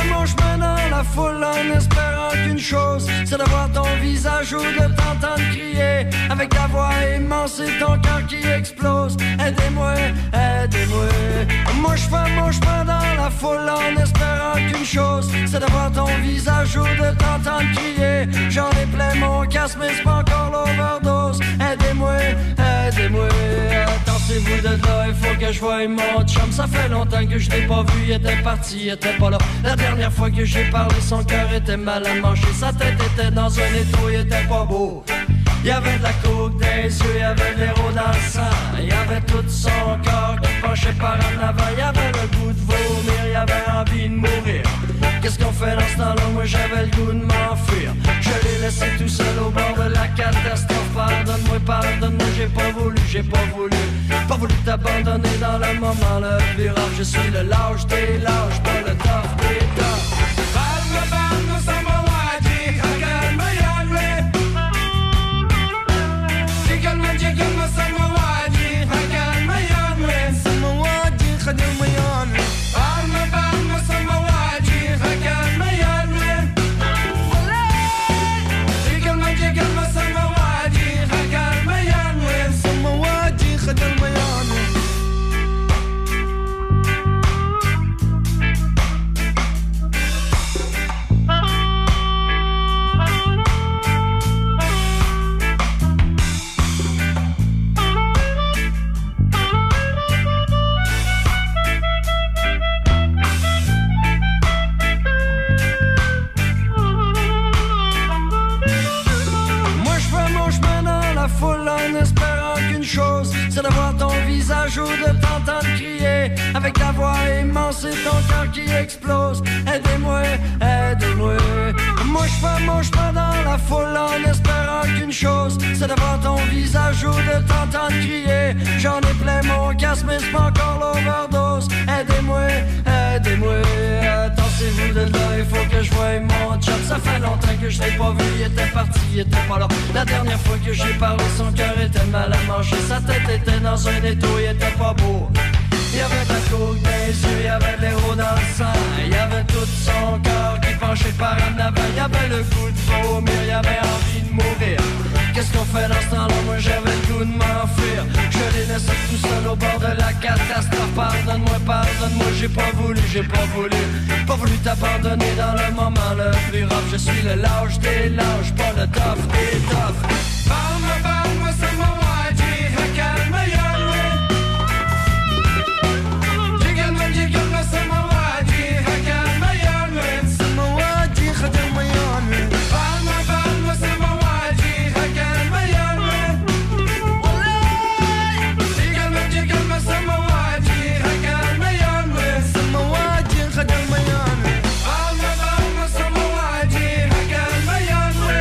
fais mon chemin dans la foule en espérant qu'une chose, c'est de voir ton visage ou de t'entendre crier avec ta voix immense et ton cœur qui explose. Aidez-moi, aidez-moi. Moi je fais mon chemin dans la foule en espérant qu'une chose, c'est de voir ton visage ou de t'entendre crier. J'en ai plein mon casque mais c'est pas encore l'overdose. Aidez-moi, aidez-moi. Attendez-vous de là, il faut que je voie mon chum. Ça fait longtemps que je l'ai pas vu, il était parti, il était pas là. La dernière fois que j'ai parlé, son cœur était mal à manger. Sa tête était dans un étau, il était pas beau. Il y avait de la coke dans les yeux, il y avait de l'héros dans le sang. Il y avait tout son corps qui penchait par en avant. Il y avait le goût de vomir, il y avait envie de mourir. Qu'est-ce qu'on fait dans ce temps-là? Moi j'avais le goût de m'enfuir. Je l'ai laissé tout seul au bord de la catastrophe. Pardonne-moi, pardonne-moi, j'ai pas voulu t'abandonner dans le moment le plus rare. Je suis le lâche des lâches, pas le tough des toughs. Balme, samawadi, hagalma yanwe. Jigalma, samawadi, hagalma yanwe. Samawadi, hagalma yanwe. Balme, samawadi, hagalma yanwe. Jigalma, samawadi, hagalma yanwe. Samawadi, hagalma yanwe. C'est de voir ton visage ou de t'entendre crier avec ta voix immense et ton cœur qui explose. Aidez-moi, aidez-moi. Moi je fais mon chemin dans la foule en espérant qu'une chose, c'est de voir ton visage ou de t'entendre crier. J'en ai plein mon casque mais c'est pas encore l'overdose. Aidez-moi, aidez-moi. Attendez-vous de là, il faut que je voie mon chum. Ça fait longtemps que je l'ai pas vu, il était parti, il était pas là. La dernière fois que j'ai parlé, son cœur était mal à manger. Sa tête était dans un étau, il était pas beau. Il y avait de la coke dans les yeux, il y avait de l'héros dans le sang. Il y avait tout son corps qui penchait par en avant. Il y avait le goût de vomir, il y avait envie de mourir. Qu'est-ce qu'on fait dans ce temps-là? Moi j'avais le goût de m'enfuir. Je l'ai laissé tout seul au bord de la catastrophe. Pardonne-moi, pardonne-moi, j'ai pas voulu t'abandonner dans le moment le plus rare. Je suis le lâche des lâches, pas le tough des toughs. Balme, samawadi, hagalma yanwe. Jigalma, samawadi, hagalma yanwe. Samawadi, hagalma yanwe. Balme, samawadi, hagalma yanwe. Jigalma, samawadi, hagalma yanwe. Samawadi, hagalma yanwe. Balme, samawadi, hagalma yanwe.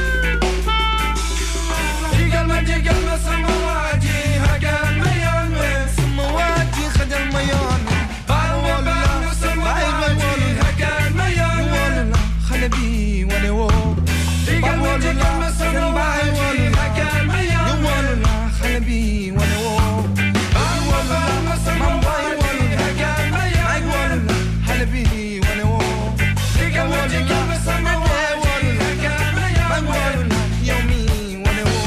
Jigalma, samawadi, hagalma yanwe. Samawadi, hagalma yanwe. Balme, samawadi, hagalma yanwe. Khalabi wale wo. Jigalma, samawadi, hagalma yanwe. Khalabi wale wo. Balme, samawadi, hagalma yanwe. Khalabi wale wo. Jigalma, samawadi, hagalma yanwe. Yomi wale wo.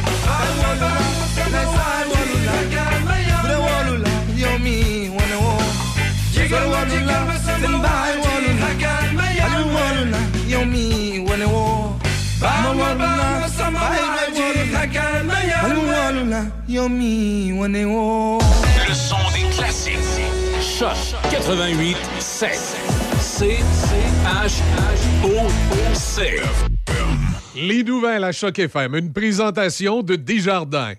Le son des classiques. Choc 88.7. C-H-H-O-C. Les nouvelles à Choc FM, une présentation de Desjardins.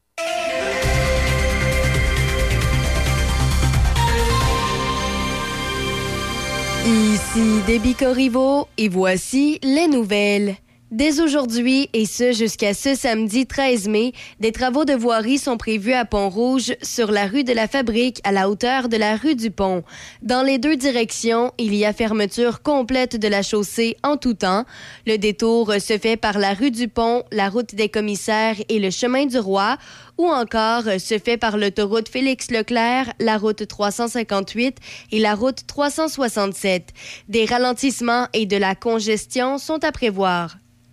Ici Déby Corriveau et voici les nouvelles. Dès aujourd'hui, et ce jusqu'à ce samedi 13 mai, des travaux de voirie sont prévus à Pont-Rouge, sur la rue de la Fabrique, à la hauteur de la rue du Pont. Dans les deux directions, il y a fermeture complète de la chaussée en tout temps. Le détour se fait par la rue du Pont, la route des commissaires et le chemin du Roi, ou encore se fait par l'autoroute Félix-Leclerc, la route 358 et la route 367. Des ralentissements et de la congestion sont à prévoir.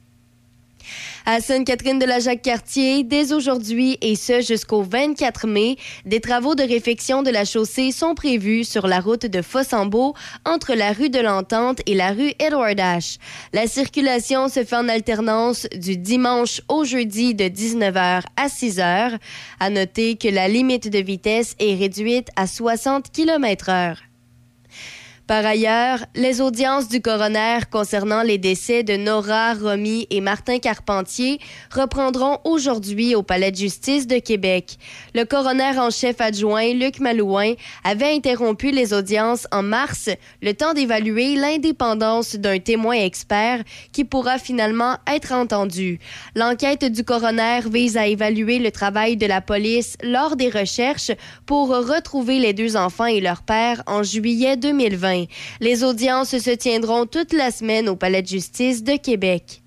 À Sainte-Catherine-de-la-Jacques-Cartier, dès aujourd'hui et ce jusqu'au 24 mai, des travaux de réfection de la chaussée sont prévus sur la route de Fossambeau entre la rue de l'Entente et la rue Edward H. La circulation se fait en alternance du dimanche au jeudi de 19h à 6h. À noter que la limite de vitesse est réduite à 60 km/h. Par ailleurs, les audiences du coroner concernant les décès de Nora Romy et Martin Carpentier reprendront aujourd'hui au Palais de justice de Québec. Le coroner en chef adjoint, Luc Malouin, avait interrompu les audiences en mars, le temps d'évaluer l'indépendance d'un témoin expert qui pourra finalement être entendu. L'enquête du coroner vise à évaluer le travail de la police lors des recherches pour retrouver les 2 enfants et leur père en juillet 2020. Les audiences se tiendront toute la semaine au Palais de justice de Québec.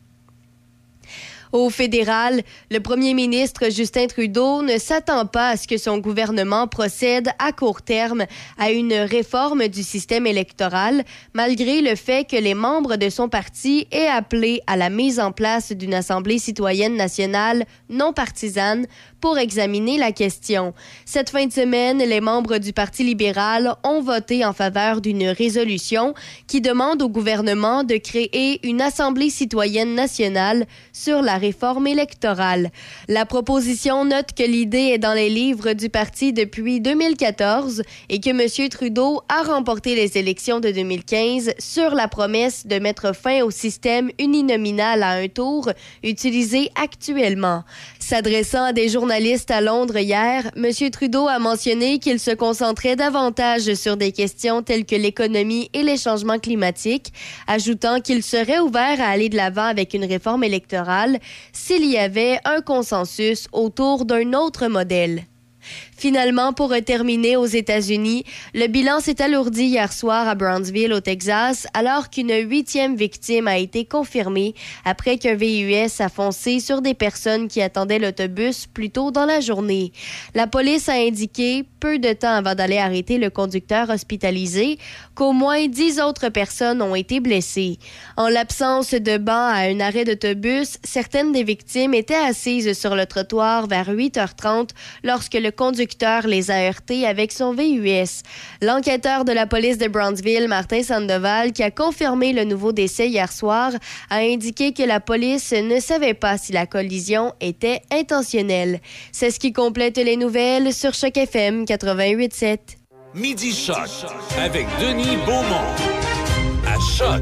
Au fédéral, le premier ministre Justin Trudeau ne s'attend pas à ce que son gouvernement procède à court terme à une réforme du système électoral, malgré le fait que les membres de son parti aient appelé à la mise en place d'une Assemblée citoyenne nationale non partisane pour examiner la question. Cette fin de semaine, les membres du Parti libéral ont voté en faveur d'une résolution qui demande au gouvernement de créer une Assemblée citoyenne nationale sur la réforme électorale. La proposition note que l'idée est dans les livres du parti depuis 2014 et que M. Trudeau a remporté les élections de 2015 sur la promesse de mettre fin au système uninominal à un tour utilisé actuellement. S'adressant à des journalistes à Londres hier, M. Trudeau a mentionné qu'il se concentrait davantage sur des questions telles que l'économie et les changements climatiques, ajoutant qu'il serait ouvert à aller de l'avant avec une réforme électorale s'il y avait un consensus autour d'un autre modèle. Finalement, pour terminer aux États-Unis, le bilan s'est alourdi hier soir à Brownsville, au Texas, alors qu'une 8e victime a été confirmée après qu'un VUS a foncé sur des personnes qui attendaient l'autobus plus tôt dans la journée. La police a indiqué, peu de temps avant d'aller arrêter le conducteur hospitalisé, qu'au moins 10 autres personnes ont été blessées. En l'absence de banc à un arrêt d'autobus, certaines des victimes étaient assises sur le trottoir vers 8h30 lorsque le conducteur les a heurtés avec son VUS. L'enquêteur de la police de Brownsville, Martin Sandoval, qui a confirmé le nouveau décès hier soir, a indiqué que la police ne savait pas si la collision était intentionnelle. C'est ce qui complète les nouvelles sur Choc FM 88.7. Midi Choc avec Denis Beaumont à Choc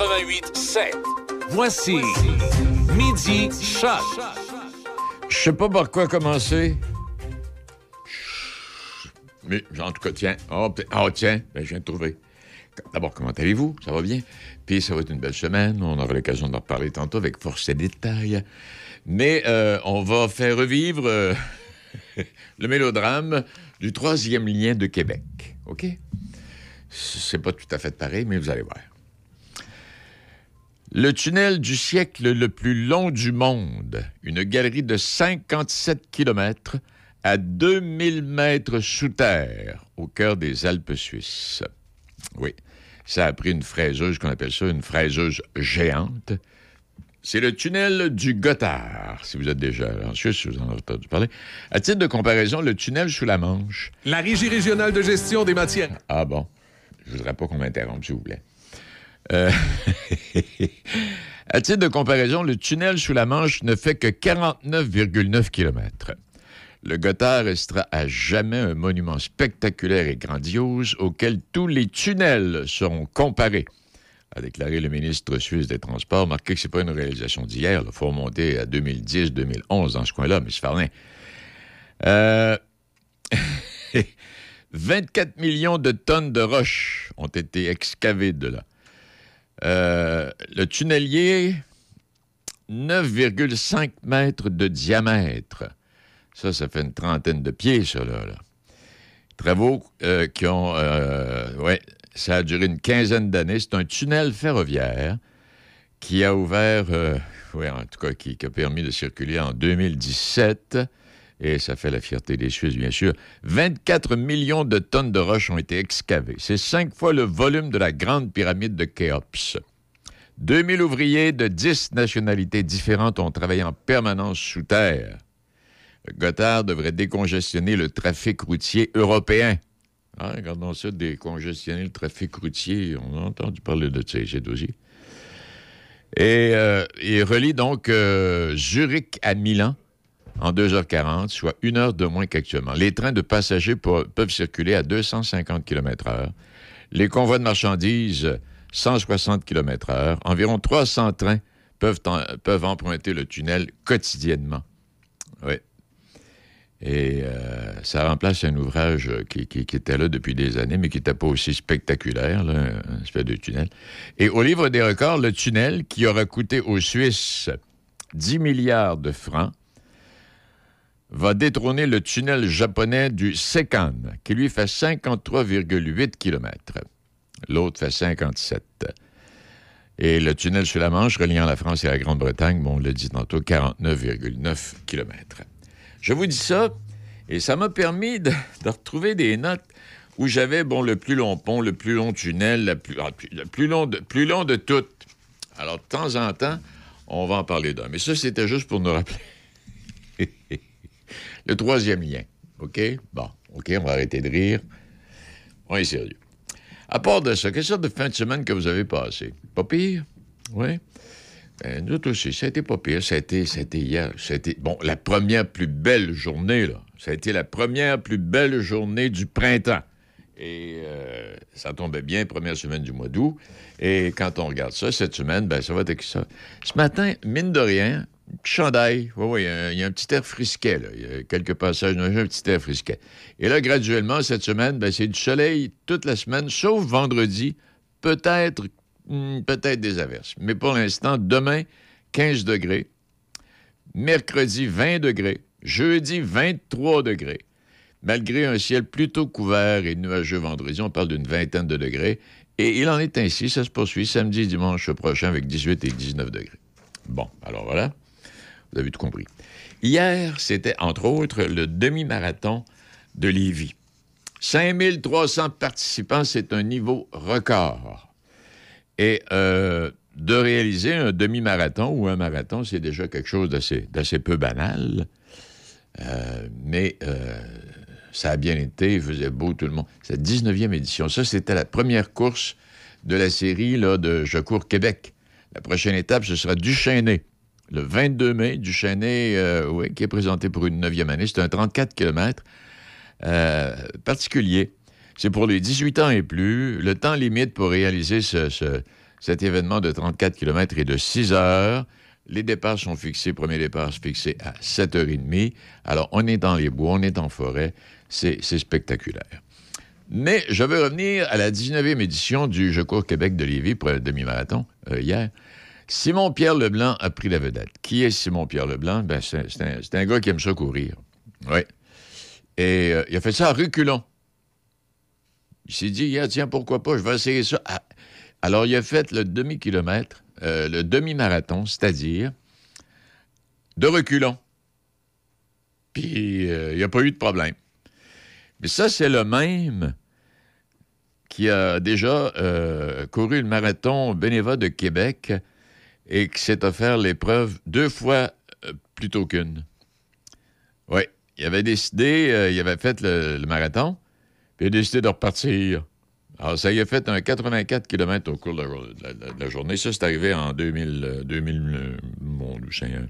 88.7. Voici Midi Choc. Je sais pas par quoi commencer. Mais en tout cas, tiens. Tiens, je viens de trouver. D'abord, comment allez-vous? Ça va bien? Puis ça va être une belle semaine. On aura l'occasion d'en reparler tantôt avec force et détails. Mais on va faire revivre le mélodrame du 3e lien de Québec. OK? C'est pas tout à fait pareil, mais vous allez voir. Le tunnel du siècle le plus long du monde, une galerie de 57 kilomètres à 2000 mètres sous terre, au cœur des Alpes suisses. Oui, ça a pris une fraiseuse, qu'on appelle ça une fraiseuse géante. C'est le tunnel du Gothard, si vous êtes déjà en Suisse, vous en avez entendu parler. À titre de comparaison, le tunnel sous la Manche... La Régie régionale de gestion des matières. Ah bon, je voudrais pas qu'on m'interrompe, s'il vous plaît. À titre de comparaison, le tunnel sous la Manche ne fait que 49,9 km. Le Gothard restera à jamais un monument spectaculaire et grandiose auquel tous les tunnels seront comparés, a déclaré le ministre suisse des Transports. Marquez que ce n'est pas une réalisation d'hier. Il faut remonter à 2010-2011 dans ce coin-là, mais c'est pas rien. 24 millions de tonnes de roches ont été excavées de là. Le tunnelier, 9,5 mètres de diamètre. Ça fait une trentaine de pieds, ça, là. Travaux qui ont... ça a duré une quinzaine d'années. C'est un tunnel ferroviaire qui a ouvert... en tout cas, qui a permis de circuler en 2017. Et ça fait la fierté des Suisses, bien sûr. 24 millions de tonnes de roches ont été excavées. C'est 5 fois le volume de la grande pyramide de Khéops. 2000 ouvriers de 10 nationalités différentes ont travaillé en permanence sous terre. Gotthard devrait décongestionner le trafic routier européen. Ah, regardons ça, décongestionner le trafic routier. On a entendu parler de ça ici aussi. Et il relie donc Zurich à Milan en 2h40, soit 1 heure de moins qu'actuellement. Les trains de passagers peuvent circuler à 250 km/h. Les convois de marchandises, 160 km/h. Environ 300 trains peuvent emprunter le tunnel quotidiennement. Oui. Et ça remplace un ouvrage qui était là depuis des années, mais qui n'était pas aussi spectaculaire, là, un espèce de tunnel. Et au livre des records, le tunnel qui aura coûté aux Suisses 10 milliards de francs va détrôner le tunnel japonais du Seikan, qui lui fait 53,8 km. L'autre fait 57. Et le tunnel sur la Manche, reliant la France et la Grande-Bretagne, bon, on l'a dit tantôt, 49,9 km. Je vous dis ça, et ça m'a permis de retrouver des notes où j'avais, bon, le plus long pont, le plus long tunnel, le plus long de toutes. Alors, de temps en temps, on va en parler d'un. Mais ça, c'était juste pour nous rappeler. Le troisième lien, OK? Bon, OK, on va arrêter de rire. On est sérieux. À part de ça, quelle sorte de fin de semaine que vous avez passé? Pas pire? Oui? Nous aussi, ça a été pas pire. Ça a été hier. Ça a été, bon, la première plus belle journée, là. Ça a été la première plus belle journée du printemps. Et ça tombait bien, première semaine du mois d'août. Et quand on regarde ça, cette semaine, ben ça va être ça. Ce matin, mine de rien, chandail. Oui, il y a un petit air frisquet, là. Il y a quelques passages, un petit air frisquet. Et là, graduellement, cette semaine, ben, c'est du soleil toute la semaine, sauf vendredi, peut-être des averses. Mais pour l'instant, demain, 15 degrés. Mercredi, 20 degrés. Jeudi, 23 degrés. Malgré un ciel plutôt couvert et nuageux vendredi, on parle d'une vingtaine de degrés. Et il en est ainsi, ça se poursuit samedi et dimanche prochain avec 18 et 19 degrés. Bon, alors voilà, vous avez tout compris. Hier, c'était, entre autres, le demi-marathon de Lévis. 5300 participants, c'est un niveau record. Et de réaliser un demi-marathon ou un marathon, c'est déjà quelque chose d'assez peu banal. Mais ça a bien été, il faisait beau, tout le monde. C'est la 19e édition. Ça, c'était la première course de la série là, de Je cours Québec. La prochaine étape, ce sera Duchesnay. Le 22 mai, Duchesnay, qui est présenté pour une 9e année. C'est un 34 km particulier. C'est pour les 18 ans et plus. Le temps limite pour réaliser cet événement de 34 km est de 6 heures. Les départs sont fixés, premier départ fixé à 7h30. Alors, on est dans les bois, on est en forêt. C'est spectaculaire. Mais je veux revenir à la 19e édition du Je cours Québec de Lévis pour le demi-marathon, hier. Simon-Pierre Leblanc a pris la vedette. Qui est Simon-Pierre Leblanc? Ben, c'est un gars qui aime ça courir. Oui. Et il a fait ça à reculons. Il s'est dit, tiens, pourquoi pas, je vais essayer ça. Alors, il a fait le demi-kilomètre, le demi-marathon, c'est-à-dire de reculons. Puis, il n'y a pas eu de problème. Mais ça, c'est le même qui a déjà couru le marathon Bénéva de Québec et qui s'est offert l'épreuve 2 fois plutôt qu'une. Oui, il avait décidé, il avait fait le marathon, puis il a décidé de repartir. Alors, ça y a fait un 84 km au cours de la journée. Ça, c'est arrivé en 2000 mon Dieu Seigneur.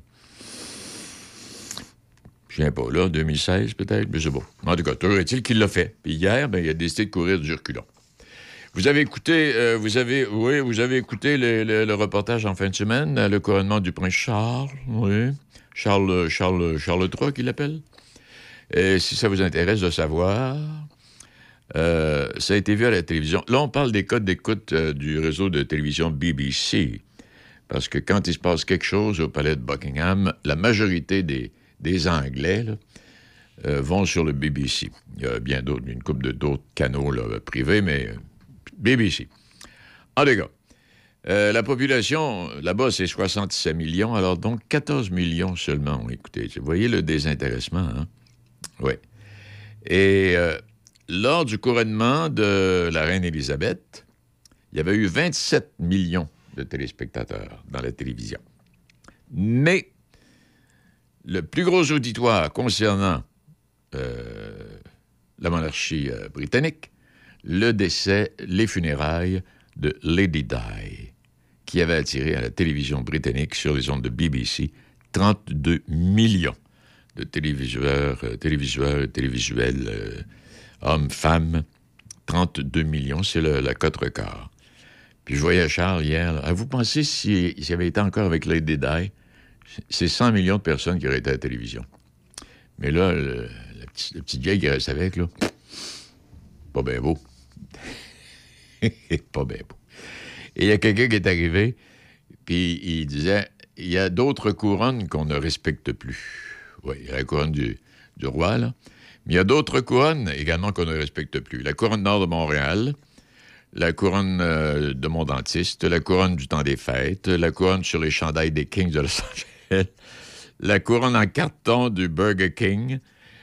Je viens pas là, 2016 peut-être, mais c'est bon. En tout cas, toujours est-il qu'il l'a fait. Puis hier, ben, il a décidé de courir du reculon. Vous avez écouté, vous avez écouté le reportage en fin de semaine, le couronnement du prince Charles, oui. Charles III, qu'il l'appelle. Et si ça vous intéresse de savoir, ça a été vu à la télévision. Là, on parle des codes d'écoute du réseau de télévision BBC. Parce que quand il se passe quelque chose au palais de Buckingham, la majorité des Anglais là, vont sur le BBC. Il y a bien d'autres, une couple d'autres canaux là, privés, mais BBC. En tout cas, la population, là-bas, c'est 67 millions, alors donc 14 millions seulement ont écouté. Vous voyez le désintéressement, hein? Oui. Et lors du couronnement de la reine Élisabeth, il y avait eu 27 millions de téléspectateurs dans la télévision. Mais le plus gros auditoire concernant la monarchie britannique, le décès, les funérailles de Lady Di, qui avait attiré à la télévision britannique sur les ondes de BBC 32 millions de télévisuels, hommes, femmes, 32 millions, c'est la cote record. Puis je voyais Charles hier, là, vous pensez s'il avait été encore avec Lady Di, c'est 100 millions de personnes qui auraient été à la télévision. Mais là, la petite vieille qui reste avec, là, pas bien beau. Pas bien beau. Et il y a quelqu'un qui est arrivé, puis il disait, il y a d'autres couronnes qu'on ne respecte plus. Oui, il y a la couronne du roi, là. Mais il y a d'autres couronnes également qu'on ne respecte plus. La couronne nord de Montréal, la couronne de Mont-Dentiste, la couronne du temps des fêtes, la couronne sur les chandails des Kings de Los Angeles, la couronne en carton du Burger King.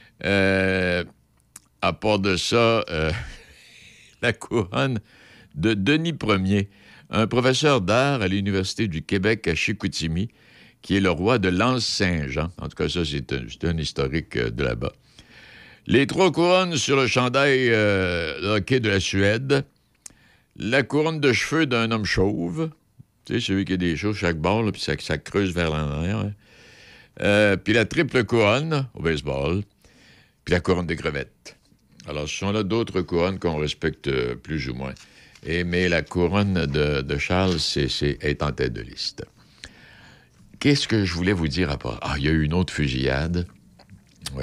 À part de ça, la couronne de Denis Ier, un professeur d'art à l'Université du Québec à Chicoutimi, qui est le roi de l'Anse-Saint-Jean. En tout cas, ça, c'est un historique de là-bas. Les 3 couronnes sur le chandail de hockey de la Suède, la couronne de cheveux d'un homme chauve, tu sais, celui qui a des cheveux chaque bord, là, puis ça creuse vers l'arrière. Puis la triple couronne au baseball, puis la couronne de crevettes. Alors, ce sont là d'autres couronnes qu'on respecte plus ou moins. Mais la couronne de Charles est en tête de liste. Qu'est-ce que je voulais vous dire à part? Il y a eu une autre fusillade. Oui.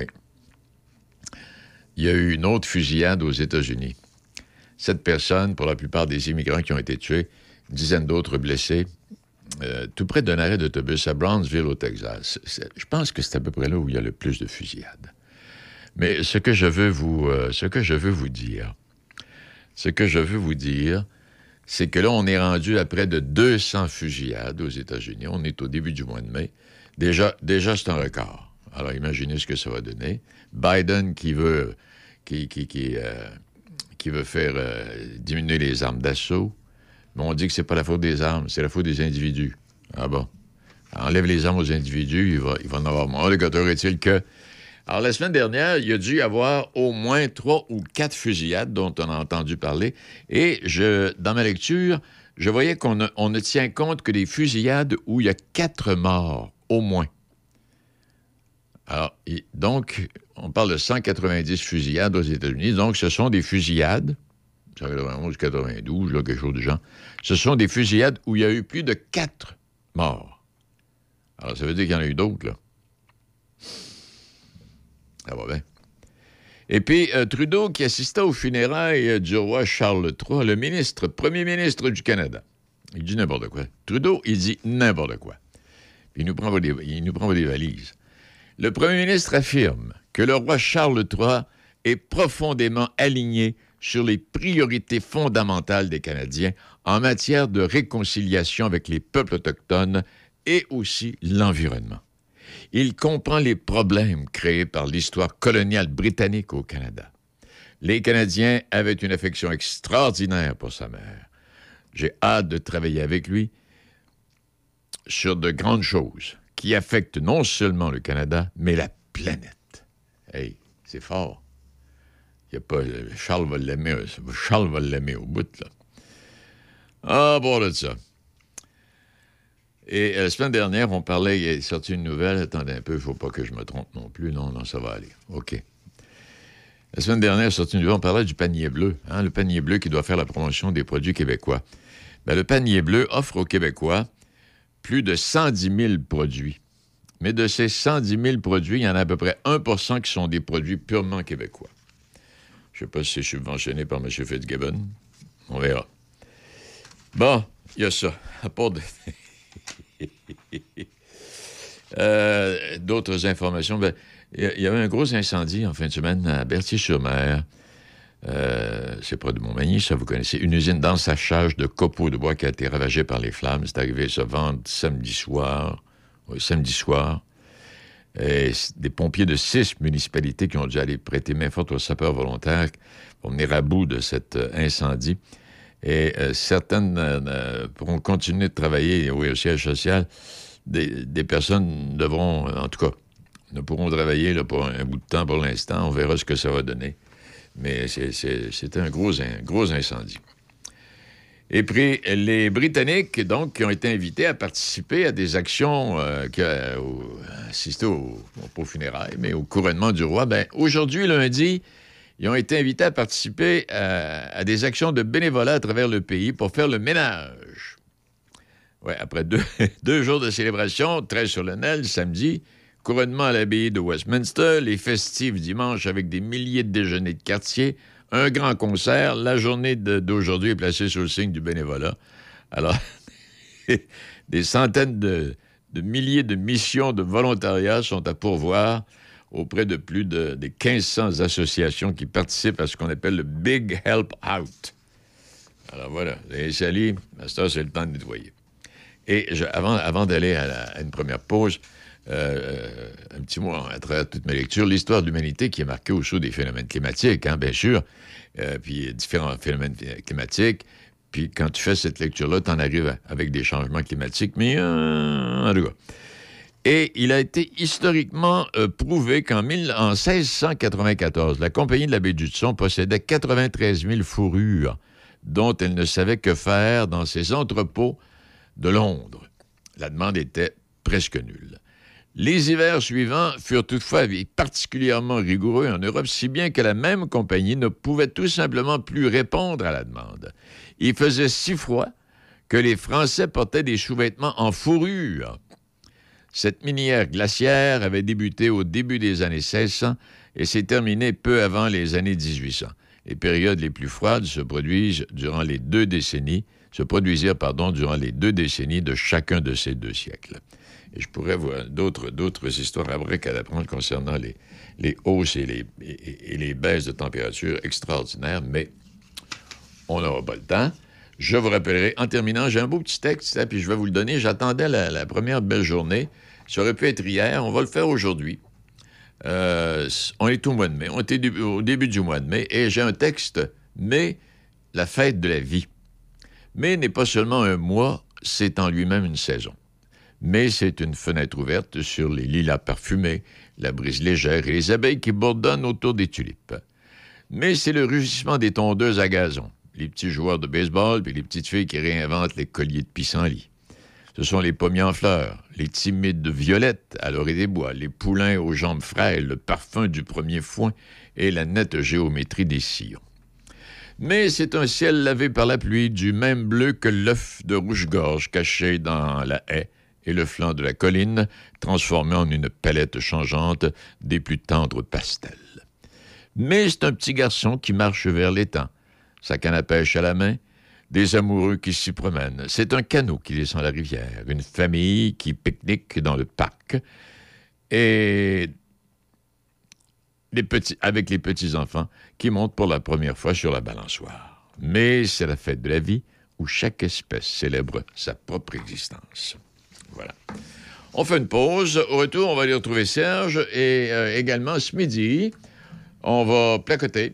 Il y a eu une autre fusillade aux États-Unis. 7 personnes, pour la plupart des immigrants qui ont été tués, une dizaine d'autres blessés, tout près d'un arrêt d'autobus à Brownsville, au Texas. Je pense que c'est à peu près là où il y a le plus de fusillades. Mais ce que je veux vous dire, c'est que là, on est rendu à près de 200 fusillades aux États-Unis. On est au début du mois de mai. Déjà c'est un record. Alors, imaginez ce que ça va donner. Biden qui veut faire diminuer les armes d'assaut. Mais on dit que c'est pas la faute des armes, c'est la faute des individus. Ah bon? Enlève les armes aux individus, il va en avoir moins. Le gâteau est-il que... Alors, la semaine dernière, il y a dû y avoir au moins 3 ou 4 fusillades dont on a entendu parler. Et dans ma lecture, je voyais qu'on ne tient compte que des fusillades où il y a 4 morts, au moins. Alors, donc, on parle de 190 fusillades aux États-Unis. Donc, ce sont des fusillades, 191, 92, là, quelque chose du genre. Ce sont des fusillades où il y a eu plus de 4 morts. Alors, ça veut dire qu'il y en a eu d'autres, là. Ça va bien. Et puis, Trudeau, qui assista aux funérailles du roi Charles III, le premier ministre du Canada. Il dit n'importe quoi. Trudeau, il dit n'importe quoi. Puis il nous prend des valises. Le premier ministre affirme que le roi Charles III est profondément aligné sur les priorités fondamentales des Canadiens en matière de réconciliation avec les peuples autochtones et aussi l'environnement. Il comprend les problèmes créés par l'histoire coloniale britannique au Canada. Les Canadiens avaient une affection extraordinaire pour sa mère. J'ai hâte de travailler avec lui sur de grandes choses qui affectent non seulement le Canada, mais la planète. Hey, c'est fort. Il y a pas... Charles va l'aimer au bout, là. Ah, bon, de ça. Et la semaine dernière, on parlait, il est sorti une nouvelle, attendez un peu, il ne faut pas que je me trompe non plus, non, ça va aller, OK. La semaine dernière, il est sorti une nouvelle, on parlait du panier bleu, le panier bleu qui doit faire la promotion des produits québécois. Bien, le panier bleu offre aux Québécois plus de 110 000 produits. Mais de ces 110 000 produits, il y en a à peu près 1% qui sont des produits purement québécois. Je ne sais pas si c'est subventionné par M. Fitzgibbon, on verra. Bon, il y a ça, à part de... D'autres informations. Il y avait un gros incendie en fin de semaine à Berthier-sur-Mer. C'est près de Montmagny, ça vous connaissez. Une usine d'ensachage de copeaux de bois qui a été ravagée par les flammes. C'est arrivé ce samedi soir. Oui, samedi soir. des pompiers de 6 municipalités qui ont dû aller prêter main forte aux sapeurs volontaires pour venir à bout de cet incendie. Et certaines pourront continuer de travailler au siège social. Des personnes devront, en tout cas, ne pourront travailler là, pour un bout de temps pour l'instant. On verra ce que ça va donner. Mais c'était un gros incendie. Et puis, les Britanniques, donc, qui ont été invités à participer à des actions, assister aux funérailles, mais au couronnement du roi, aujourd'hui, lundi, ils ont été invités à participer à des actions de bénévolat à travers le pays pour faire le ménage. Ouais, après deux jours de célébration, très solennel, samedi, couronnement à l'abbaye de Westminster, les festives dimanche avec des milliers de déjeuners de quartier, un grand concert. La journée d'aujourd'hui est placée sous le signe du bénévolat. Alors, des centaines de milliers de missions de volontariat sont à pourvoir auprès de plus de 1500 associations qui participent à ce qu'on appelle le Big Help Out. Alors voilà, les salis, master, c'est le temps de nettoyer. Et avant d'aller à une première pause, un petit mot à travers toutes mes lectures, l'histoire de l'humanité qui est marquée au sceau des phénomènes climatiques, bien sûr, puis différents phénomènes climatiques. Puis quand tu fais cette lecture-là, tu en arrives avec des changements climatiques, mais en tout cas. Et il a été historiquement prouvé qu'en 1694, la Compagnie de la baie d'Hudson possédait 93 000 fourrures dont elle ne savait que faire dans ses entrepôts de Londres. La demande était presque nulle. Les hivers suivants furent toutefois particulièrement rigoureux en Europe, si bien que la même compagnie ne pouvait tout simplement plus répondre à la demande. Il faisait si froid que les Français portaient des sous-vêtements en fourrure. Cette minière glaciaire avait débuté au début des années 1600 et s'est terminée peu avant les années 1800. Les périodes les plus froides se produisirent durant les deux décennies de chacun de ces 2 siècles. Et je pourrais voir d'autres histoires après qu'à apprendre concernant les hausses et les baisses de température extraordinaires, mais on n'aura pas le temps. Je vous rappellerai, en terminant, j'ai un beau petit texte, puis je vais vous le donner. J'attendais la première belle journée. Ça aurait pu être hier, on va le faire aujourd'hui. On est au mois de mai, on était au début du mois de mai, et j'ai un texte, mai, la fête de la vie. Mai n'est pas seulement un mois, c'est en lui-même une saison. Mai, c'est une fenêtre ouverte sur les lilas parfumés, la brise légère et les abeilles qui bourdonnent autour des tulipes. Mai, c'est le rugissement des tondeuses à gazon, les petits joueurs de baseball puis les petites filles qui réinventent les colliers de pissenlit. Ce sont les pommiers en fleurs, les timides violettes à l'orée des bois, les poulains aux jambes frêles, le parfum du premier foin et la nette géométrie des sillons. Mais c'est un ciel lavé par la pluie, du même bleu que l'œuf de rouge-gorge caché dans la haie et le flanc de la colline, transformé en une palette changeante des plus tendres pastels. Mais c'est un petit garçon qui marche vers l'étang, sa canne à pêche à la main, des amoureux qui s'y promènent. C'est un canot qui descend la rivière, une famille qui pique-nique dans le parc, et avec les petits-enfants qui montent pour la première fois sur la balançoire. Mais c'est la fête de la vie où chaque espèce célèbre sa propre existence. Voilà. On fait une pause. Au retour, on va aller retrouver Serge et également ce midi, on va placoter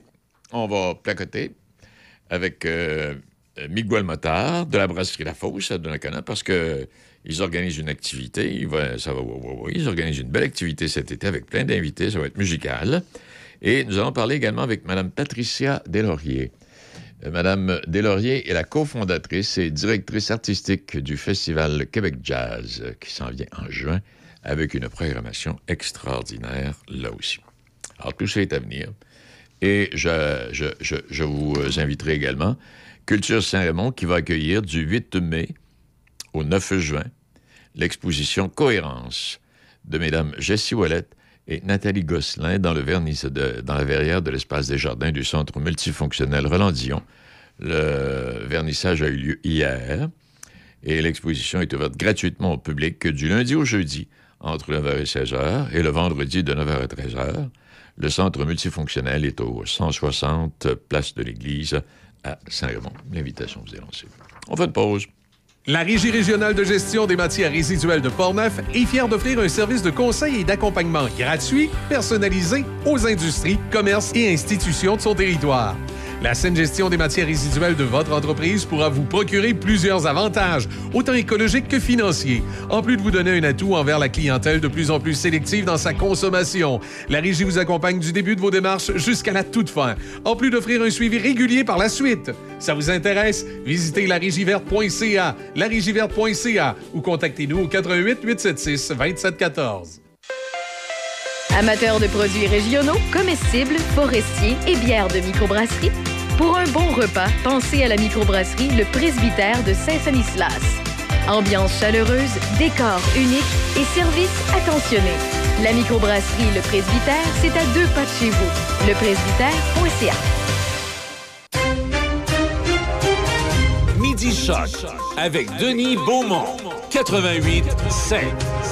avec Miguel Motard de la brasserie La Fosse à Donnacona parce qu'ils organisent une activité. Ils organisent une belle activité cet été avec plein d'invités. Ça va être musical. Et nous allons parler également avec Mme Patricia Deslauriers. Mme Deslauriers est la cofondatrice et directrice artistique du Festival Québec Jazz qui s'en vient en juin avec une programmation extraordinaire là aussi. Alors, tout ça est à venir. Et je vous inviterai également Culture Saint-Raymond qui va accueillir du 8 mai au 9 juin l'exposition Cohérence de Mesdames Jessie Ouellette et Nathalie Gosselin dans la verrière de l'Espace des Jardins du Centre multifonctionnel Roland-Dion. Le vernissage a eu lieu hier et l'exposition est ouverte gratuitement au public du lundi au jeudi entre 9h et 16h et le vendredi de 9h à 13h. Le centre multifonctionnel est au 160 Place de l'Église à Saint-Raymond. L'invitation vous est lancée. On fait une pause. La Régie régionale de gestion des matières résiduelles de Portneuf est fière d'offrir un service de conseil et d'accompagnement gratuit, personnalisé aux industries, commerces et institutions de son territoire. La saine gestion des matières résiduelles de votre entreprise pourra vous procurer plusieurs avantages, autant écologiques que financiers, en plus de vous donner un atout envers la clientèle de plus en plus sélective dans sa consommation. La Régie vous accompagne du début de vos démarches jusqu'à la toute fin, en plus d'offrir un suivi régulier par la suite. Ça vous intéresse? Visitez larégiverte.ca, larégiverte.ca ou contactez-nous au 88 876 2714. Amateurs de produits régionaux, comestibles, forestiers et bières de microbrasserie, pour un bon repas, pensez à la microbrasserie Le Presbytère de Saint-Sanislas. Ambiance chaleureuse, décor unique et service attentionné. La microbrasserie Le Presbytère, c'est à 2 pas de chez vous. Lepresbytère.ca. Midi Choc avec Denis Beaumont, 88.7.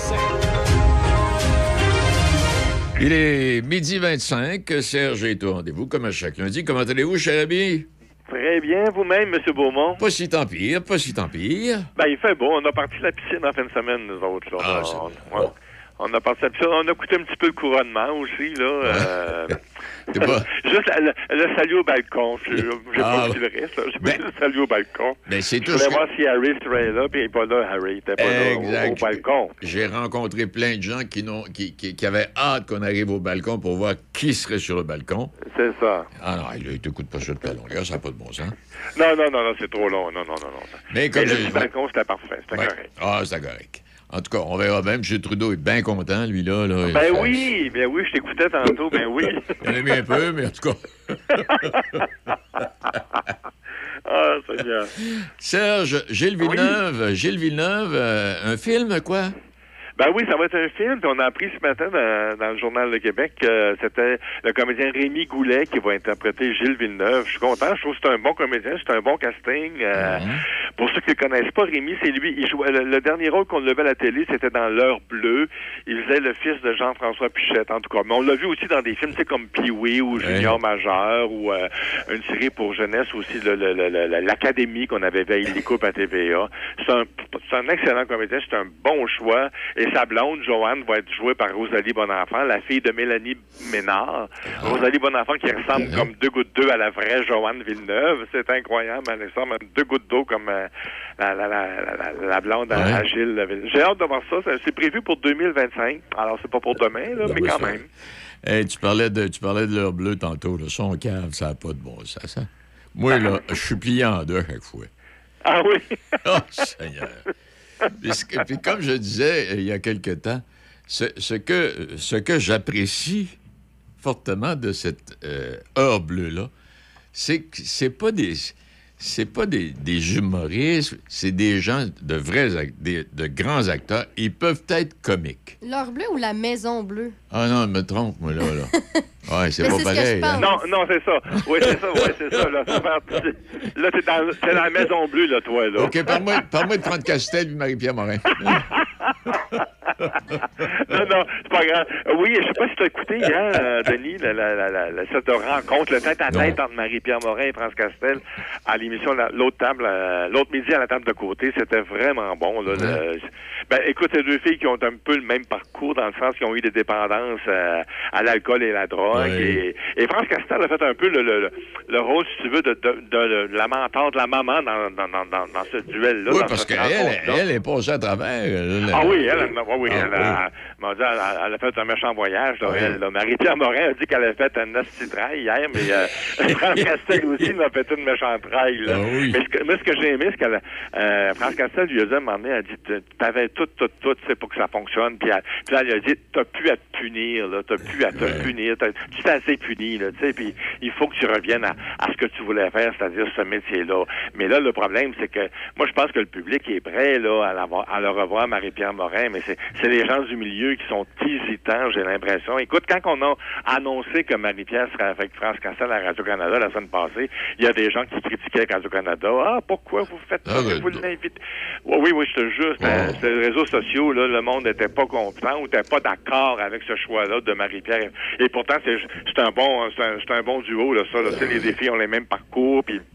Il est 12h25. Serge est au rendez-vous, comme à chaque lundi. Comment allez-vous, cher ami? Très bien, vous-même, M. Beaumont. Pas si tant pire, pas si tant pire. Ben, il fait beau. On a parti la piscine en fin de semaine, nous autres. Là. Ah, c'est bon. On a parti la piscine. On a coûté un petit peu le couronnement aussi, là. T'es pas... Juste le salut au balcon. J'ai pas vu le reste. Là. J'ai juste le salut au balcon. Ben, c'est tout. Je voulais voir si Harry serait là, puis il n'est pas là, Harry. Il n'était pas là au balcon. J'ai rencontré plein de gens qui avaient hâte qu'on arrive au balcon pour voir qui serait sur le balcon. C'est ça. Ah non, il te coûte pas ça de la longueur, ça n'a pas de bon sens. Non, c'est trop long. Non. Mais comme le balcon, c'était parfait. C'était correct. Ah, c'était correct. En tout cas, on verra bien. M. Trudeau est bien content, lui, là. Ben oui, je t'écoutais tantôt, ben oui. Il en a mis un peu, mais en tout cas... Ah, c'est bien. Serge, Gilles Villeneuve, un film, quoi? Ben oui, ça va être un film. Puis on a appris ce matin dans le Journal de Québec que c'était le comédien Rémi Goulet qui va interpréter Gilles Villeneuve. Je suis content. Je trouve que c'est un bon comédien. C'est un bon casting. Pour ceux qui ne connaissent pas, Rémi, c'est lui. Il jouait, le dernier rôle qu'on levait à la télé, c'était dans L'Heure bleue. Il faisait le fils de Jean-François Pichette, en tout cas. Mais on l'a vu aussi dans des films, c'est comme Pee-wee ou Junior Majeur ou une série pour jeunesse aussi, l'Académie qu'on avait veillé les coupes à TVA. C'est un excellent comédien. C'est un bon choix. Et sa blonde, Joanne, va être jouée par Rosalie Bonenfant, la fille de Mélanie Ménard. Rosalie Bonenfant qui ressemble comme 2 gouttes d'eau à la vraie Joanne Villeneuve. C'est incroyable. Elle ressemble à 2 gouttes d'eau comme la blonde à Gilles. J'ai hâte de voir ça. C'est prévu pour 2025. Alors, c'est pas pour demain, là, mais quand même. Hey, tu parlais de L'Heure bleue tantôt. Là. Son cave, ça n'a pas de bon sens. Ça. Moi, là, je suis plié en deux à chaque fois. Ah oui? Oh, Seigneur! Puis comme je disais il y a quelque temps, ce que j'apprécie fortement de cette Heure bleue-là, c'est que c'est pas des humoristes, c'est des gens de grands acteurs. Ils peuvent être comiques. L'Heure bleue ou la Maison bleue? Ah non, je me trompe, moi, là. Ouais, c'est pas pareil. Hein? Non, c'est ça. Oui, c'est ça. Là, t'es dans la Maison bleue, là, toi, là. OK, parle-moi de Franck Castel et Marie-Pierre Morin. Non, c'est pas grave. Oui, je sais pas si tu as écouté hier, Denis, cette rencontre, le tête-à-tête entre Marie-Pierre Morin et France Castel à l'émission l'autre midi à la table de côté. C'était vraiment bon. Là, écoute, ces deux filles qui ont un peu le même parcours dans le sens qu'ils ont eu des dépendances à l'alcool et la drogue. Et France Castel a fait un peu le rôle, si tu veux, de la mentor de la maman dans ce duel-là. Oui, parce qu'elle est passée à travers. Elle a fait un méchant voyage. Marie-Pierre Morin a dit qu'elle avait fait un trail hier, mais France Castel aussi m'a fait une méchante trail. Mais ce que j'ai aimé, c'est que France Castel lui a dit à un moment donné, elle a dit, t'avais tout, pour que ça fonctionne. Puis elle lui a dit, t'as plus à te punir, là, t'as plus à te punir, tu t'es assez puni, là, tu sais, puis il faut que tu reviennes à ce que tu voulais faire, c'est-à-dire ce métier-là. Mais là, le problème, c'est que moi, je pense que le public est prêt, là, à le revoir, Marie-Pierre Morin, mais c'est les gens du milieu qui sont hésitants, j'ai l'impression. Écoute, quand on a annoncé que Marie-Pierre serait avec France Castel à Radio-Canada la semaine passée, il y a des gens qui critiquaient Radio-Canada. Ah, pourquoi vous faites ça? Vous l'invitez? Oui, je te jure, c'était les réseaux sociaux, là, le monde n'était pas content ou n'était pas d'accord avec ce choix-là de Marie-Pierre. Et pourtant, c'est un bon duo, là, ça. Là, les filles ont les mêmes parcours, puis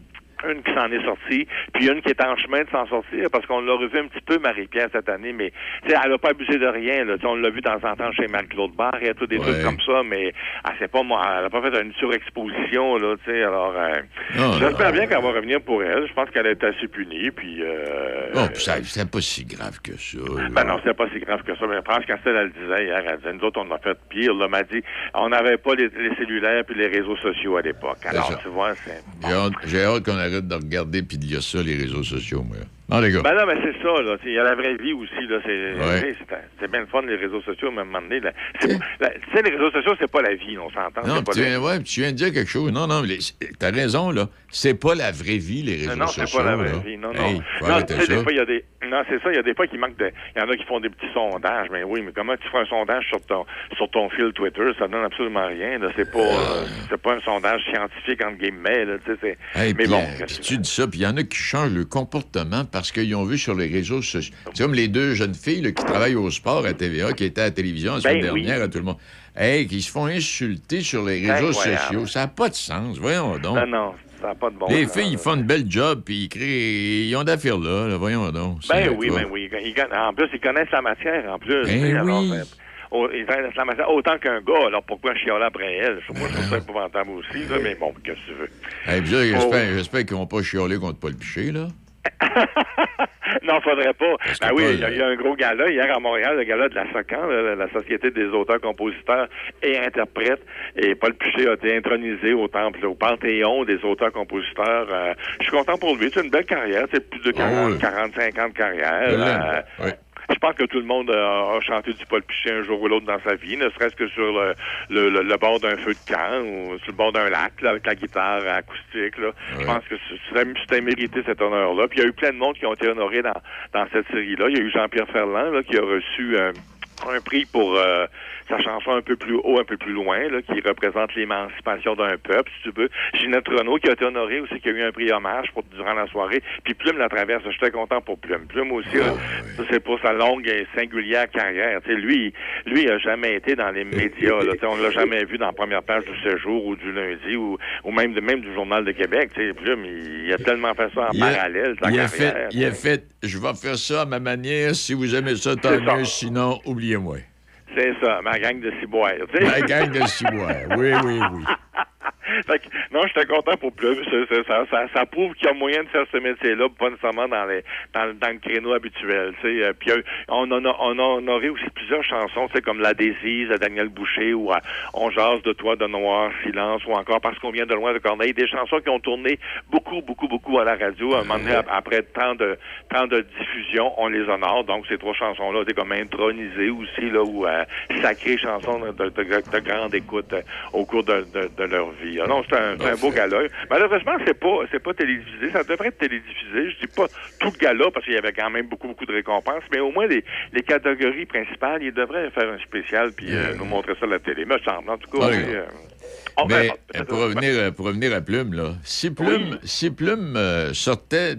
une qui s'en est sortie, puis une qui est en chemin de s'en sortir, parce qu'on l'a revu un petit peu, Marie-Pierre, cette année, mais elle n'a pas abusé de rien. Là. On l'a vu de temps en temps chez Marc-Claude Barre, et tout des trucs comme ça, mais elle n'a pas fait une surexposition. Là, alors, j'espère bien qu'elle va revenir pour elle. Je pense qu'elle est assez punie, puis... c'est pas si grave que ça. Non, c'est pas si grave que ça, mais France Castel, elle disait hier, elle disait, nous autres, on a fait pire. Là, m'a dit, on n'avait pas les cellulaires puis les réseaux sociaux à l'époque. Alors, tu vois, c'est... J'ai hâte qu'on arrête de regarder puis de lire ça, les réseaux sociaux, moi. Non, les gars. Ben non, mais c'est ça, là. Il y a la vraie vie aussi, là. C'est bien le fun, les réseaux sociaux, mais à un moment donné, tu sais, les réseaux sociaux, c'est pas la vie, on s'entend. Non, tu viens de dire quelque chose. Non, t'as raison, là. C'est pas la vraie vie, les réseaux sociaux. Non, c'est pas la vraie vie. Non. Tu sais, des fois, il y a des... Non, c'est ça, il y a des fois qui manquent de... Il y en a qui font des petits sondages, mais oui, mais comment tu fais un sondage sur ton fil Twitter? Ça donne absolument rien, là. C'est pas un sondage scientifique, entre guillemets, là. Tu sais, mais bon... tu dis ça, puis il y en a qui changent le comportement parce qu'ils ont vu sur les réseaux sociaux. C'est comme les deux jeunes filles là, qui travaillent au sport à TVA, qui étaient à la télévision la semaine dernière à tout le monde. Qui se font insulter sur les réseaux sociaux. Ça n'a pas de sens. Voyons donc. Non. Ça n'a pas de bon les sens. filles, ils font une belle job, puis ils ont d'affaires là. Voyons donc. Oui. En plus, ils connaissent la matière, en plus. Oui. Ils connaissent la matière autant qu'un gars. Alors, pourquoi chialer après elle? Moi, je trouve ça épouvantable aussi, là, mais bon, qu'est-ce que tu veux? J'espère qu'ils vont pas chialer contre Paul Piché, là. Non, faudrait pas. Il y a un gros gala hier à Montréal, le gala de la SOCAN, la Société des auteurs, compositeurs et interprètes. Et Paul Piché a été intronisé au Panthéon des auteurs, compositeurs. Je suis content pour lui. C'est une belle carrière. C'est plus de 45 ans de carrière. Je pense que tout le monde a chanté du Paul Piché un jour ou l'autre dans sa vie, ne serait-ce que sur le bord d'un feu de camp ou sur le bord d'un lac, là, avec la guitare acoustique. Là. Je pense que c'était mérité cet honneur-là. Puis il y a eu plein de monde qui ont été honorés dans cette série-là. Il y a eu Jean-Pierre Ferland là, qui a reçu un prix pour sa chanson Un peu plus haut, un peu plus loin, là, qui représente l'émancipation d'un peuple, si tu veux. Ginette Renault, qui a été honorée aussi, qui a eu un prix hommage durant la soirée. Puis Plume la traverse. Je suis très content pour Plume. Plume aussi, c'est pour sa longue et singulière carrière. T'sais, lui, il a jamais été dans les médias. Là, on l'a jamais vu dans la première page du Séjour ou du Lundi ou même du Journal de Québec. Plume, il a tellement fait ça en parallèle, sa carrière. Il a fait, je vais faire ça à ma manière. Si vous aimez ça, tant mieux. Sinon, oubliez-moi. C'est ça, ma gang de ciboires. Ma gang de ciboires, oui. Fait que, non, j'étais content pour Plume. Ça prouve qu'il y a moyen de faire ce métier-là, pas nécessairement dans le créneau habituel. Puis on a honoré aussi plusieurs chansons, comme La Désise de Daniel Boucher ou On jase de toi de Noir, Silence ou encore Parce qu'on vient de loin de Corneille. Des chansons qui ont tourné beaucoup à la radio. À un moment donné, après tant de diffusion, on les honore. Donc ces trois chansons-là étaient comme intronisées aussi, là, ou sacrées chansons de grande écoute au cours de leur vie. Non, c'est un beau gala. Malheureusement, c'est pas télédiffusé. Ça devrait être télédiffusé. Je dis pas tout le gala parce qu'il y avait quand même beaucoup de récompenses, mais au moins les catégories principales, ils devraient faire un spécial puis nous montrer ça à la télé. Mais en tout cas, mais pour revenir à Plume, là, si Plume sortait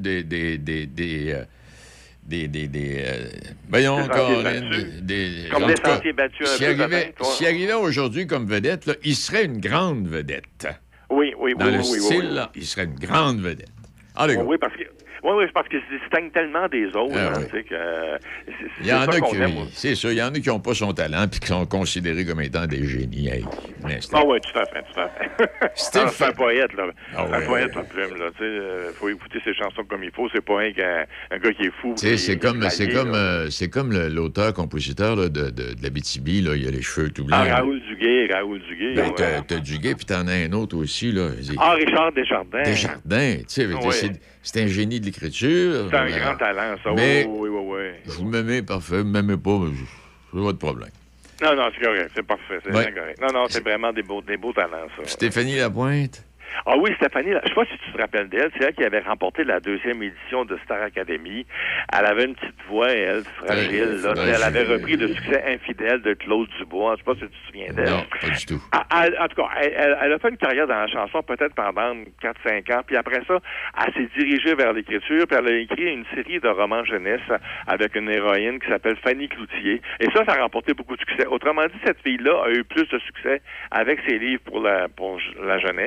voyons encore comme des sentiers battus. S'il arrivait aujourd'hui comme vedette, là, il serait une grande vedette. Oui. Dans le style, là, il serait une grande vedette. Oui, parce que parce qu'il se distingue tellement des autres. Il y en a qui, c'est ça, il y en a qui n'ont pas son talent et qui sont considérés comme étant des génies. Oui, tout à fait. C'est un poète, là. Un poète, la Plume, là. Il faut écouter ses chansons comme il faut. C'est pas un gars qui est fou. C'est comme l'auteur-compositeur de l'Abitibi, là. Il a les cheveux tout blancs. Raoul Duguay. T'as Duguay, puis t'en as un autre aussi, là. Richard Desjardins. C'est un génie de l'écriture. C'est un grand talent, ça. Mais oui. Vous m'aimez, parfait. Vous m'aimez pas, c'est votre problème. Non, c'est correct. C'est parfait. C'est bien correct. Non, c'est vraiment des beaux talents, ça. Stéphanie Lapointe. Ah oui, Stéphanie, je sais pas si tu te rappelles d'elle, c'est elle qui avait remporté la 2e édition de Star Academy. Elle avait une petite voix, elle, fragile. Elle avait repris le succès Infidèle de Claude Dubois. Je sais pas si tu te souviens d'elle. Non, pas du tout. En tout cas, elle a fait une carrière dans la chanson peut-être pendant 4-5 ans. Puis après ça, elle s'est dirigée vers l'écriture. Puis elle a écrit une série de romans jeunesse avec une héroïne qui s'appelle Fanny Cloutier. Et ça a remporté beaucoup de succès. Autrement dit, cette fille-là a eu plus de succès avec ses livres pour la jeunesse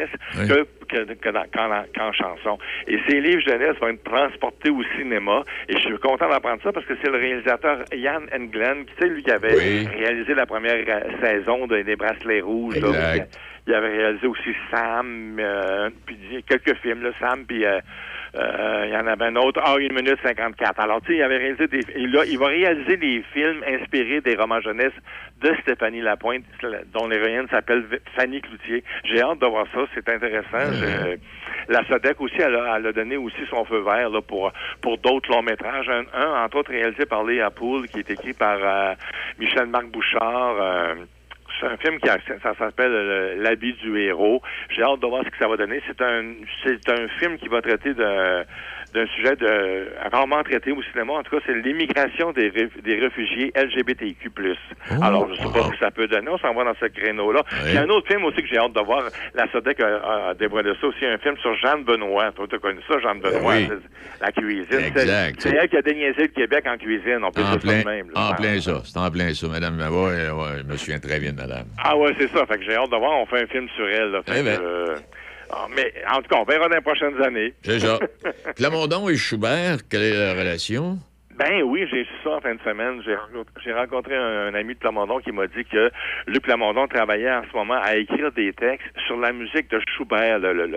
qu'en chanson. Et ces livres jeunesse vont être transportés au cinéma. Et je suis content d'apprendre ça parce que c'est le réalisateur Ian Englund, tu sais, lui qui avait réalisé la première saison des Bracelets Rouges. Là, il avait réalisé aussi Sam, puis quelques films, là, Sam, puis il y en avait un autre, 1 minute 54. Alors, tu sais, il avait réalisé il va réaliser des films inspirés des romans jeunesse de Stéphanie Lapointe, dont l'héroïne s'appelle Fanny Cloutier. J'ai hâte de voir ça, c'est intéressant. La SODEC aussi, elle a donné aussi son feu vert là, pour d'autres longs métrages. Un, entre autres, réalisé par Léa Poul, qui est écrit par Michel-Marc Bouchard. C'est un film ça s'appelle L'habit du héros. J'ai hâte de voir ce que ça va donner. C'est un film qui va traiter d'un sujet rarement traité au cinéma. En tout cas, c'est l'immigration des réfugiés LGBTQ+. Alors, je sais pas ce que ça peut donner. On s'en va dans ce créneau-là. Il y a un autre film aussi que j'ai hâte de voir. La SODEC a dévoilé ça aussi. Un film sur Jeanne Benoît. Toi, tu as connu ça, Jeanne Benoît? Oui. La cuisine. Exact. C'est elle qui a déniaisé le Québec en cuisine. On peut dire ça de même. En plein ça. C'est en plein ça, madame. Ouais, je me souviens très bien de madame. Ah ouais, c'est ça. Fait que j'ai hâte de voir. On fait un film sur elle. Là. Mais en tout cas, on verra dans les prochaines années. C'est ça. Plamondon et Schubert, quelle est la relation? Ben oui, j'ai su ça en fin de semaine. J'ai rencontré un ami de Plamondon qui m'a dit que Luc Plamondon travaillait en ce moment à écrire des textes sur la musique de Schubert,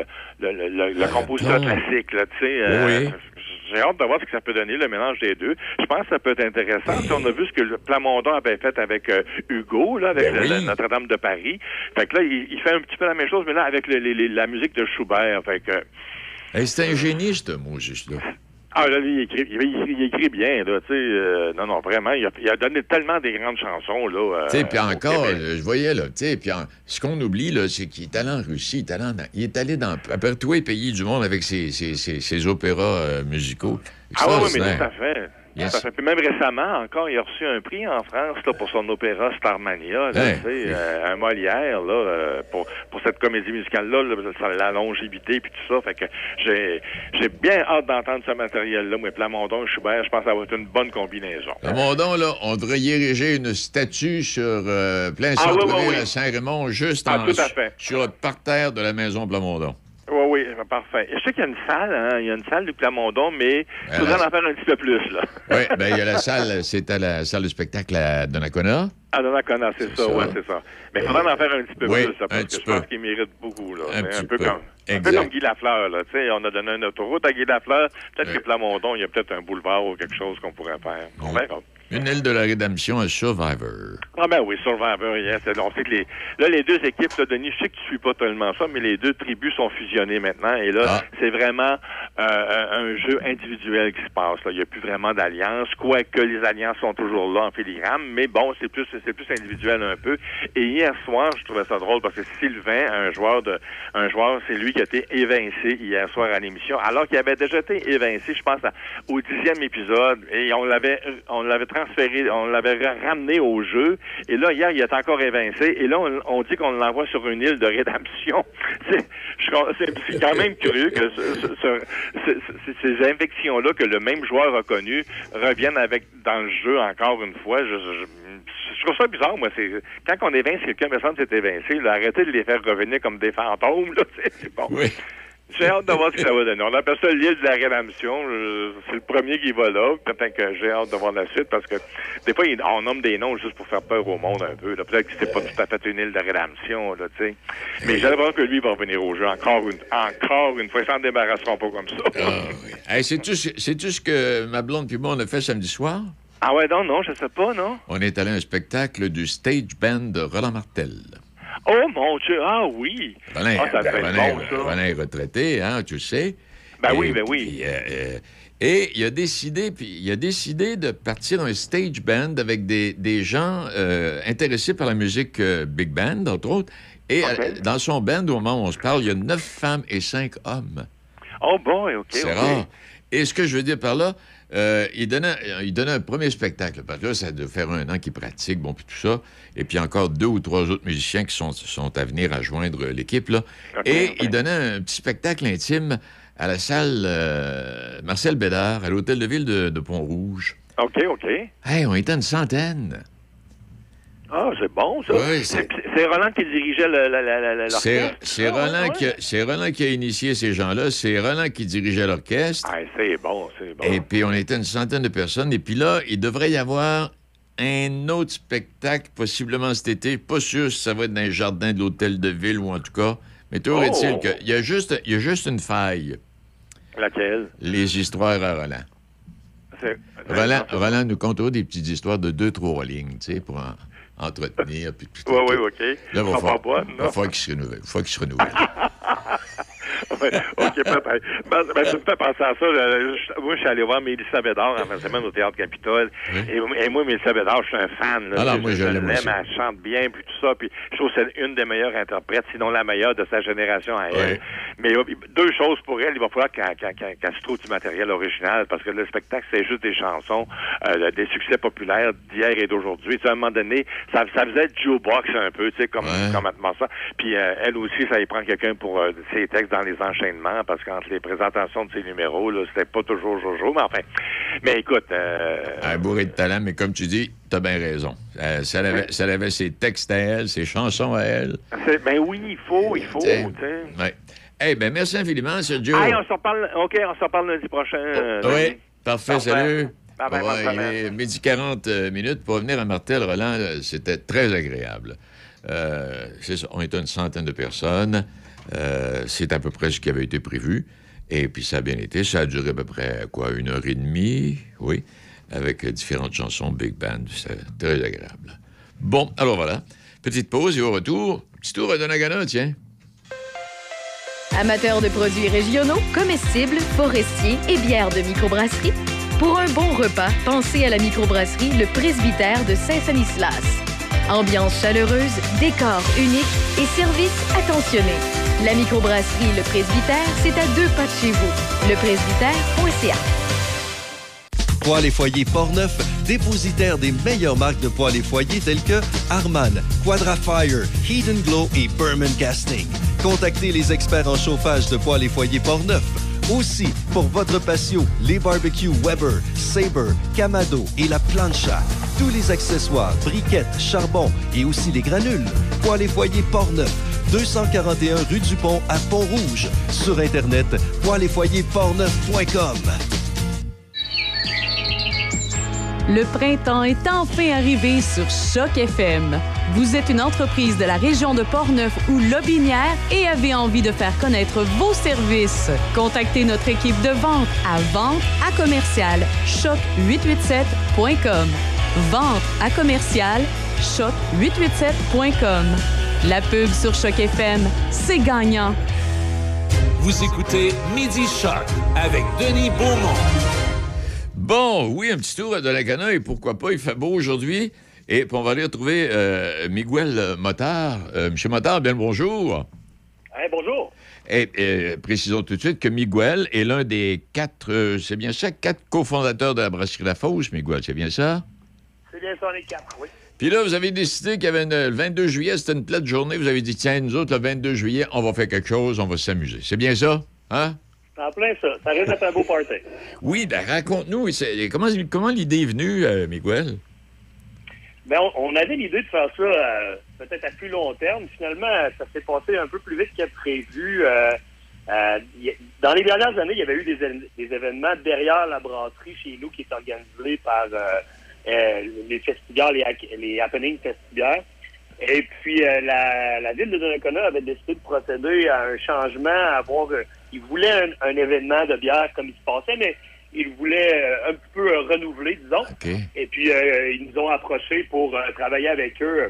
le compositeur classique, là, tu sais. Oui. J'ai hâte de voir ce que ça peut donner, le mélange des deux. Je pense que ça peut être intéressant. Si on a vu ce que Plamondon avait fait avec Hugo, là, avec Notre-Dame de Paris. Fait que là, il fait un petit peu la même chose, mais là, avec la musique de Schubert. Fait que... c'est un génie, ce mot, juste là. Ah, là, il écrit bien, là, tu sais. Non, vraiment, il a donné tellement des grandes chansons, là. Tu sais, puis encore, je voyais, là, tu sais, puis ce qu'on oublie, là, c'est qu'il est allé en Russie, il est allé dans à peu près tous les pays du monde avec ses opéras musicaux. Ah oui, mais tout à fait. Yes. Ça fait. Puis même récemment, encore, il a reçu un prix en France là, pour son opéra Starmania, là, un Molière là, pour cette comédie musicale-là, la longévité puis tout ça. Fait que j'ai bien hâte d'entendre ce matériel-là. Moi, Plamondon et Schubert, je pense que ça va être une bonne combinaison. Plamondon, là, on devrait y ériger une statue sur plein centre-ville à Saint-Raymond, juste sur le parterre de la maison Plamondon. Oui, parfait. Je sais qu'il y a une salle, hein, il y a une salle du Plamondon, mais il faudrait en faire un petit peu plus, là. Oui, il y a la salle, c'est à la salle de spectacle à Donnacona. À Donnacona, c'est ça. C'est ça. Mais il faudrait en faire un petit peu plus, là, parce que je pense qu'il mérite beaucoup, là. Un peu comme Guy Lafleur, là. Tu sais, on a donné une autoroute à Guy Lafleur. Peut-être que Plamondon, il y a peut-être un boulevard ou quelque chose qu'on pourrait faire. On verra. Une île de la rédemption à Survivor. Ah ben oui, Survivor, yes. On sait que les deux équipes, là, Denis, je sais que tu suis pas tellement ça, mais les deux tribus sont fusionnées maintenant. Et là, c'est vraiment un jeu individuel qui se passe. Là. Il n'y a plus vraiment d'alliance, quoique les alliances sont toujours là en filigrane, mais bon, c'est plus individuel un peu. Et hier soir, je trouvais ça drôle parce que Sylvain, un joueur, c'est lui qui a été évincé hier soir à l'émission, alors qu'il avait déjà été évincé, je pense, au 10e épisode, et on l'avait transféré, on l'avait ramené au jeu, et là, hier, il est encore évincé, et là, on dit qu'on l'envoie sur une île de rédemption. C'est quand même curieux que ces infections-là que le même joueur a connues reviennent dans le jeu encore une fois. Je trouve ça bizarre, moi. Quand on évince quelqu'un, me semble que c'est évincé, arrêtez de les faire revenir comme des fantômes, là, c'est bon. Oui. J'ai hâte de voir ce que ça va donner. On appelle ça l'île de la rédemption. C'est le premier qui va là. Peut-être que j'ai hâte de voir la suite parce que des fois, on nomme des noms juste pour faire peur au monde un peu. Là. Peut-être que c'est pas tout à fait une île de rédemption, là, tu sais. Mais j'ai l'impression que lui va revenir au jeu encore une fois. Ils s'en débarrasseront pas comme ça. Oui. Hey, sais-tu ce que ma blonde puis moi, on a fait samedi soir? Ah ouais, non, je sais pas, non? On est allé à un spectacle du Stage Band de Roland Martel. Oh, mon Dieu! Ah, oui! Roland est retraité, hein, tu sais. Ben oui. Et il a décidé de partir dans un stage band avec des gens intéressés par la musique big band, entre autres. Et dans son band, au moment où on se parle, il y a 9 femmes et 5 hommes. Oh, bon, OK. C'est rare. Et ce que je veux dire par là, il donnait un premier spectacle, parce que là, ça doit faire 1 an qu'il pratique, bon, puis tout ça. Et puis encore 2 ou 3 autres musiciens qui sont à venir à joindre l'équipe, là. Il donnait un petit spectacle intime à la salle Marcel Bédard, à l'Hôtel de Ville de Pont-Rouge. OK. Hey, on était une centaine. Ah, c'est bon, ça. Oui, c'est Roland qui dirigeait l'orchestre. C'est Roland qui a initié ces gens-là. C'est Roland qui dirigeait l'orchestre. Ah, c'est bon, c'est bon. Et puis, on était une centaine de personnes. Et puis là, il devrait y avoir un autre spectacle, possiblement cet été. Pas sûr si ça va être dans les jardins de l'hôtel de ville ou en tout cas. Mais toujours est-il qu'il y a juste une faille. Laquelle? Les histoires à Roland. Roland nous compte des petites histoires de 2-3 lignes, tu sais, pour entretenir. Oui, OK. Là, il va falloir qu'il se renouvelle. OK, peut-être. Tu me fais penser à ça. Moi, je suis allé voir Mélissa Bédard en fin de semaine au Théâtre Capitole. Oui. Et moi, Mélissa Bédard, je suis un fan. Là. Alors, moi, je l'aime aussi. Elle chante bien, puis tout ça. Puis je trouve que c'est une des meilleures interprètes, sinon la meilleure de sa génération à elle. Oui. Mais deux choses pour elle. Il va falloir qu'elle se trouve du matériel original, parce que le spectacle, c'est juste des chansons, des succès populaires d'hier et d'aujourd'hui. Tu sais, à un moment donné, ça faisait jukebox un peu, tu sais, comme ça. Puis elle aussi, ça y prend quelqu'un pour ses textes dans les enchaînements, parce qu'entre les présentations de ces numéros, là, c'était pas toujours Jojo, mais enfin. Mais écoute... Un bourré de talent, mais comme tu dis, t'as bien raison. Ça avait ses textes à elle, ses chansons à elle. Ben oui, il faut, tu sais. Ouais. Eh bien, merci infiniment, Sergio. Hey, on s'en parle lundi prochain. Oui, parfait, salut. Bye, il est midi 40 minutes. Pour venir à Martel, Roland, c'était très agréable. C'est ça, on était une centaine de personnes. C'est à peu près ce qui avait été prévu. Et puis, ça a bien été. Ça a duré à peu près, 1h30, oui, avec différentes chansons Big Band. C'était très agréable. Bon, alors voilà. Petite pause et au retour, petit tour à Donnacona, tiens. Amateurs de produits régionaux, comestibles, forestiers et bières de microbrasserie, pour un bon repas, pensez à la microbrasserie Le Presbytère de Saint-Sanislas. Ambiance chaleureuse, décor unique et service attentionné. La microbrasserie Le Presbytère, c'est à 2 pas de chez vous. Lepresbytère.ca. Poêles et foyers Portneuf, dépositaire des meilleures marques de poêles et foyers telles que Harman, Quadrafire, Heat & Glow et Berman Casting. Contactez les experts en chauffage de poêles et foyers Portneuf. Aussi, pour votre patio, les barbecues Weber, Sabre, Kamado et la plancha. Tous les accessoires, briquettes, charbon et aussi les granules. Poêles et foyers Portneuf, 241 rue du Pont à Pont-Rouge. Sur Internet, poêlesfoyersportneuf.com. Le printemps est enfin arrivé sur Choc FM. Vous êtes une entreprise de la région de Portneuf ou Lotbinière et avez envie de faire connaître vos services. Contactez notre équipe de vente à vente@choc887.com. Vente@choc887.com. La pub sur Choc FM, c'est gagnant. Vous écoutez Midi Choc avec Denis Beaumont. Bon, oui, un petit tour à Donnacona et pourquoi pas, il fait beau aujourd'hui. Et puis on va aller retrouver Miguel Motard. Monsieur Motard, bien le bonjour. Hey, bonjour. Et précisons tout de suite que Miguel est l'un des 4, c'est bien ça, 4 cofondateurs de la brasserie La Fosse, Miguel, c'est bien ça? C'est bien ça, on est 4, oui. Puis là, vous avez décidé qu'il y avait le 22 juillet, c'était une plate journée, vous avez dit, tiens, nous autres, le 22 juillet, on va faire quelque chose, on va s'amuser. C'est bien ça? Hein? En plein ça. Ça risque d'être un beau party. Oui, bien, raconte-nous, comment l'idée est venue, Miguel? Bien, on avait l'idée de faire ça peut-être à plus long terme. Finalement, ça s'est passé un peu plus vite que prévu. Dans les dernières années, il y avait eu des événements derrière la brasserie chez nous qui est organisé par les festivières, les happenings festivières. Et puis, la ville de Donnacona avait décidé de procéder à un changement, ils voulaient un événement de bière comme il se passait, mais ils voulaient un petit peu renouveler, disons. Okay. Et puis, ils nous ont approchés pour travailler avec eux.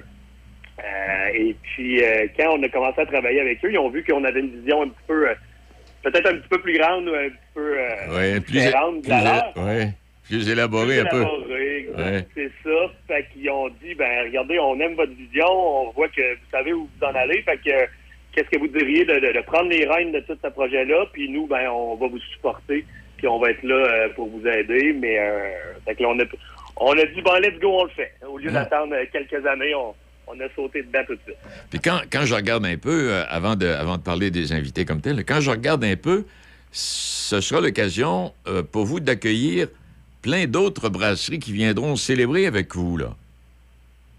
Et puis, quand on a commencé à travailler avec eux, ils ont vu qu'on avait une vision un petit peu, peut-être un petit peu plus grande, ou un petit peu différente de la leur. Oui, plus élaborée un peu. Ouais. C'est ça. Fait qu'ils ont dit, ben regardez, on aime votre vision, on voit que vous savez où vous en allez. Fait que qu'est-ce que vous diriez de prendre les rênes de tout ce projet-là, puis nous, ben on va vous supporter, puis on va être là pour vous aider. Mais fait que là, on a dit, ben let's go, on le fait. Au lieu d'attendre quelques années, on a sauté dedans tout de suite. Puis quand je regarde un peu, avant de parler des invités comme tels, quand je regarde un peu, ce sera l'occasion pour vous d'accueillir plein d'autres brasseries qui viendront célébrer avec vous, là.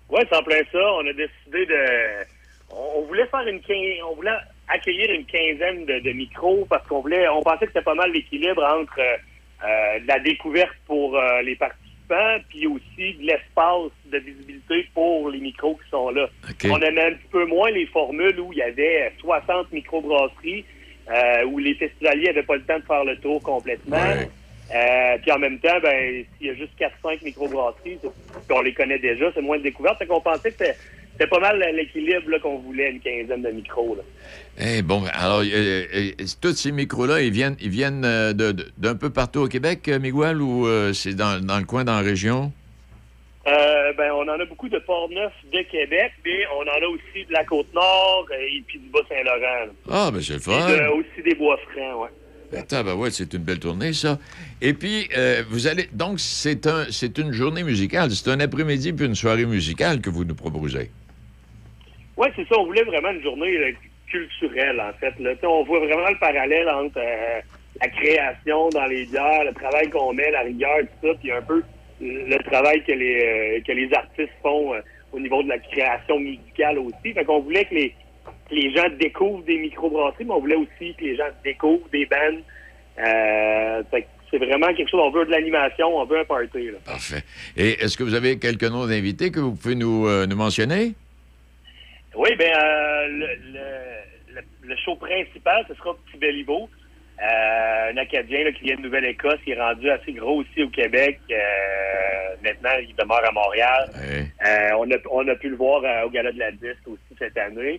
Oui, c'est en plein ça. On a décidé de... On voulait faire on voulait accueillir une quinzaine de micros parce on pensait que c'était pas mal l'équilibre entre de la découverte pour les participants puis aussi de l'espace de visibilité pour les micros qui sont là. Okay. On aimait un petit peu moins les formules où il y avait 60 microbrasseries où les festivaliers n'avaient pas le temps de faire le tour complètement. Ouais. Puis en même temps, s'il y a juste 4-5 microbrasseries, on les connaît déjà, c'est moins de découverte. Fait qu'on pensait que c'était pas mal l'équilibre là, qu'on voulait, une quinzaine de micros. Bon, alors, tous ces micros-là, ils viennent d'un peu partout au Québec, Miguel, ou c'est dans le coin, dans la région? On en a beaucoup de Port-Neuf de Québec, mais on en a aussi de la Côte-Nord et puis du Bas-Saint-Laurent. Ah, ben c'est le fun. Et aussi des Bois-Francs, ouais. Ouais, c'est une belle tournée, ça. Et puis, vous allez... Donc, c'est une journée musicale. C'est un après-midi puis une soirée musicale que vous nous proposez. Oui, c'est ça. On voulait vraiment une journée culturelle, en fait. Là. On voit vraiment le parallèle entre la création dans les bières, le travail qu'on met, la rigueur, tout ça, puis un peu le travail que les artistes font au niveau de la création musicale aussi. Fait qu'on voulait que les gens découvrent des microbrasseries, mais on voulait aussi que les gens découvrent des bands. C'est vraiment quelque chose, on veut de l'animation, on veut un party. Là. Parfait. Et est-ce que vous avez quelques noms d'invités que vous pouvez nous mentionner? Oui, le show principal, ce sera Petit Béliveau, un Acadien là, qui vient de Nouvelle-Écosse, qui est rendu assez gros aussi au Québec. Maintenant, il demeure à Montréal. Oui. On a pu le voir au Gala de la Disque aussi cette année.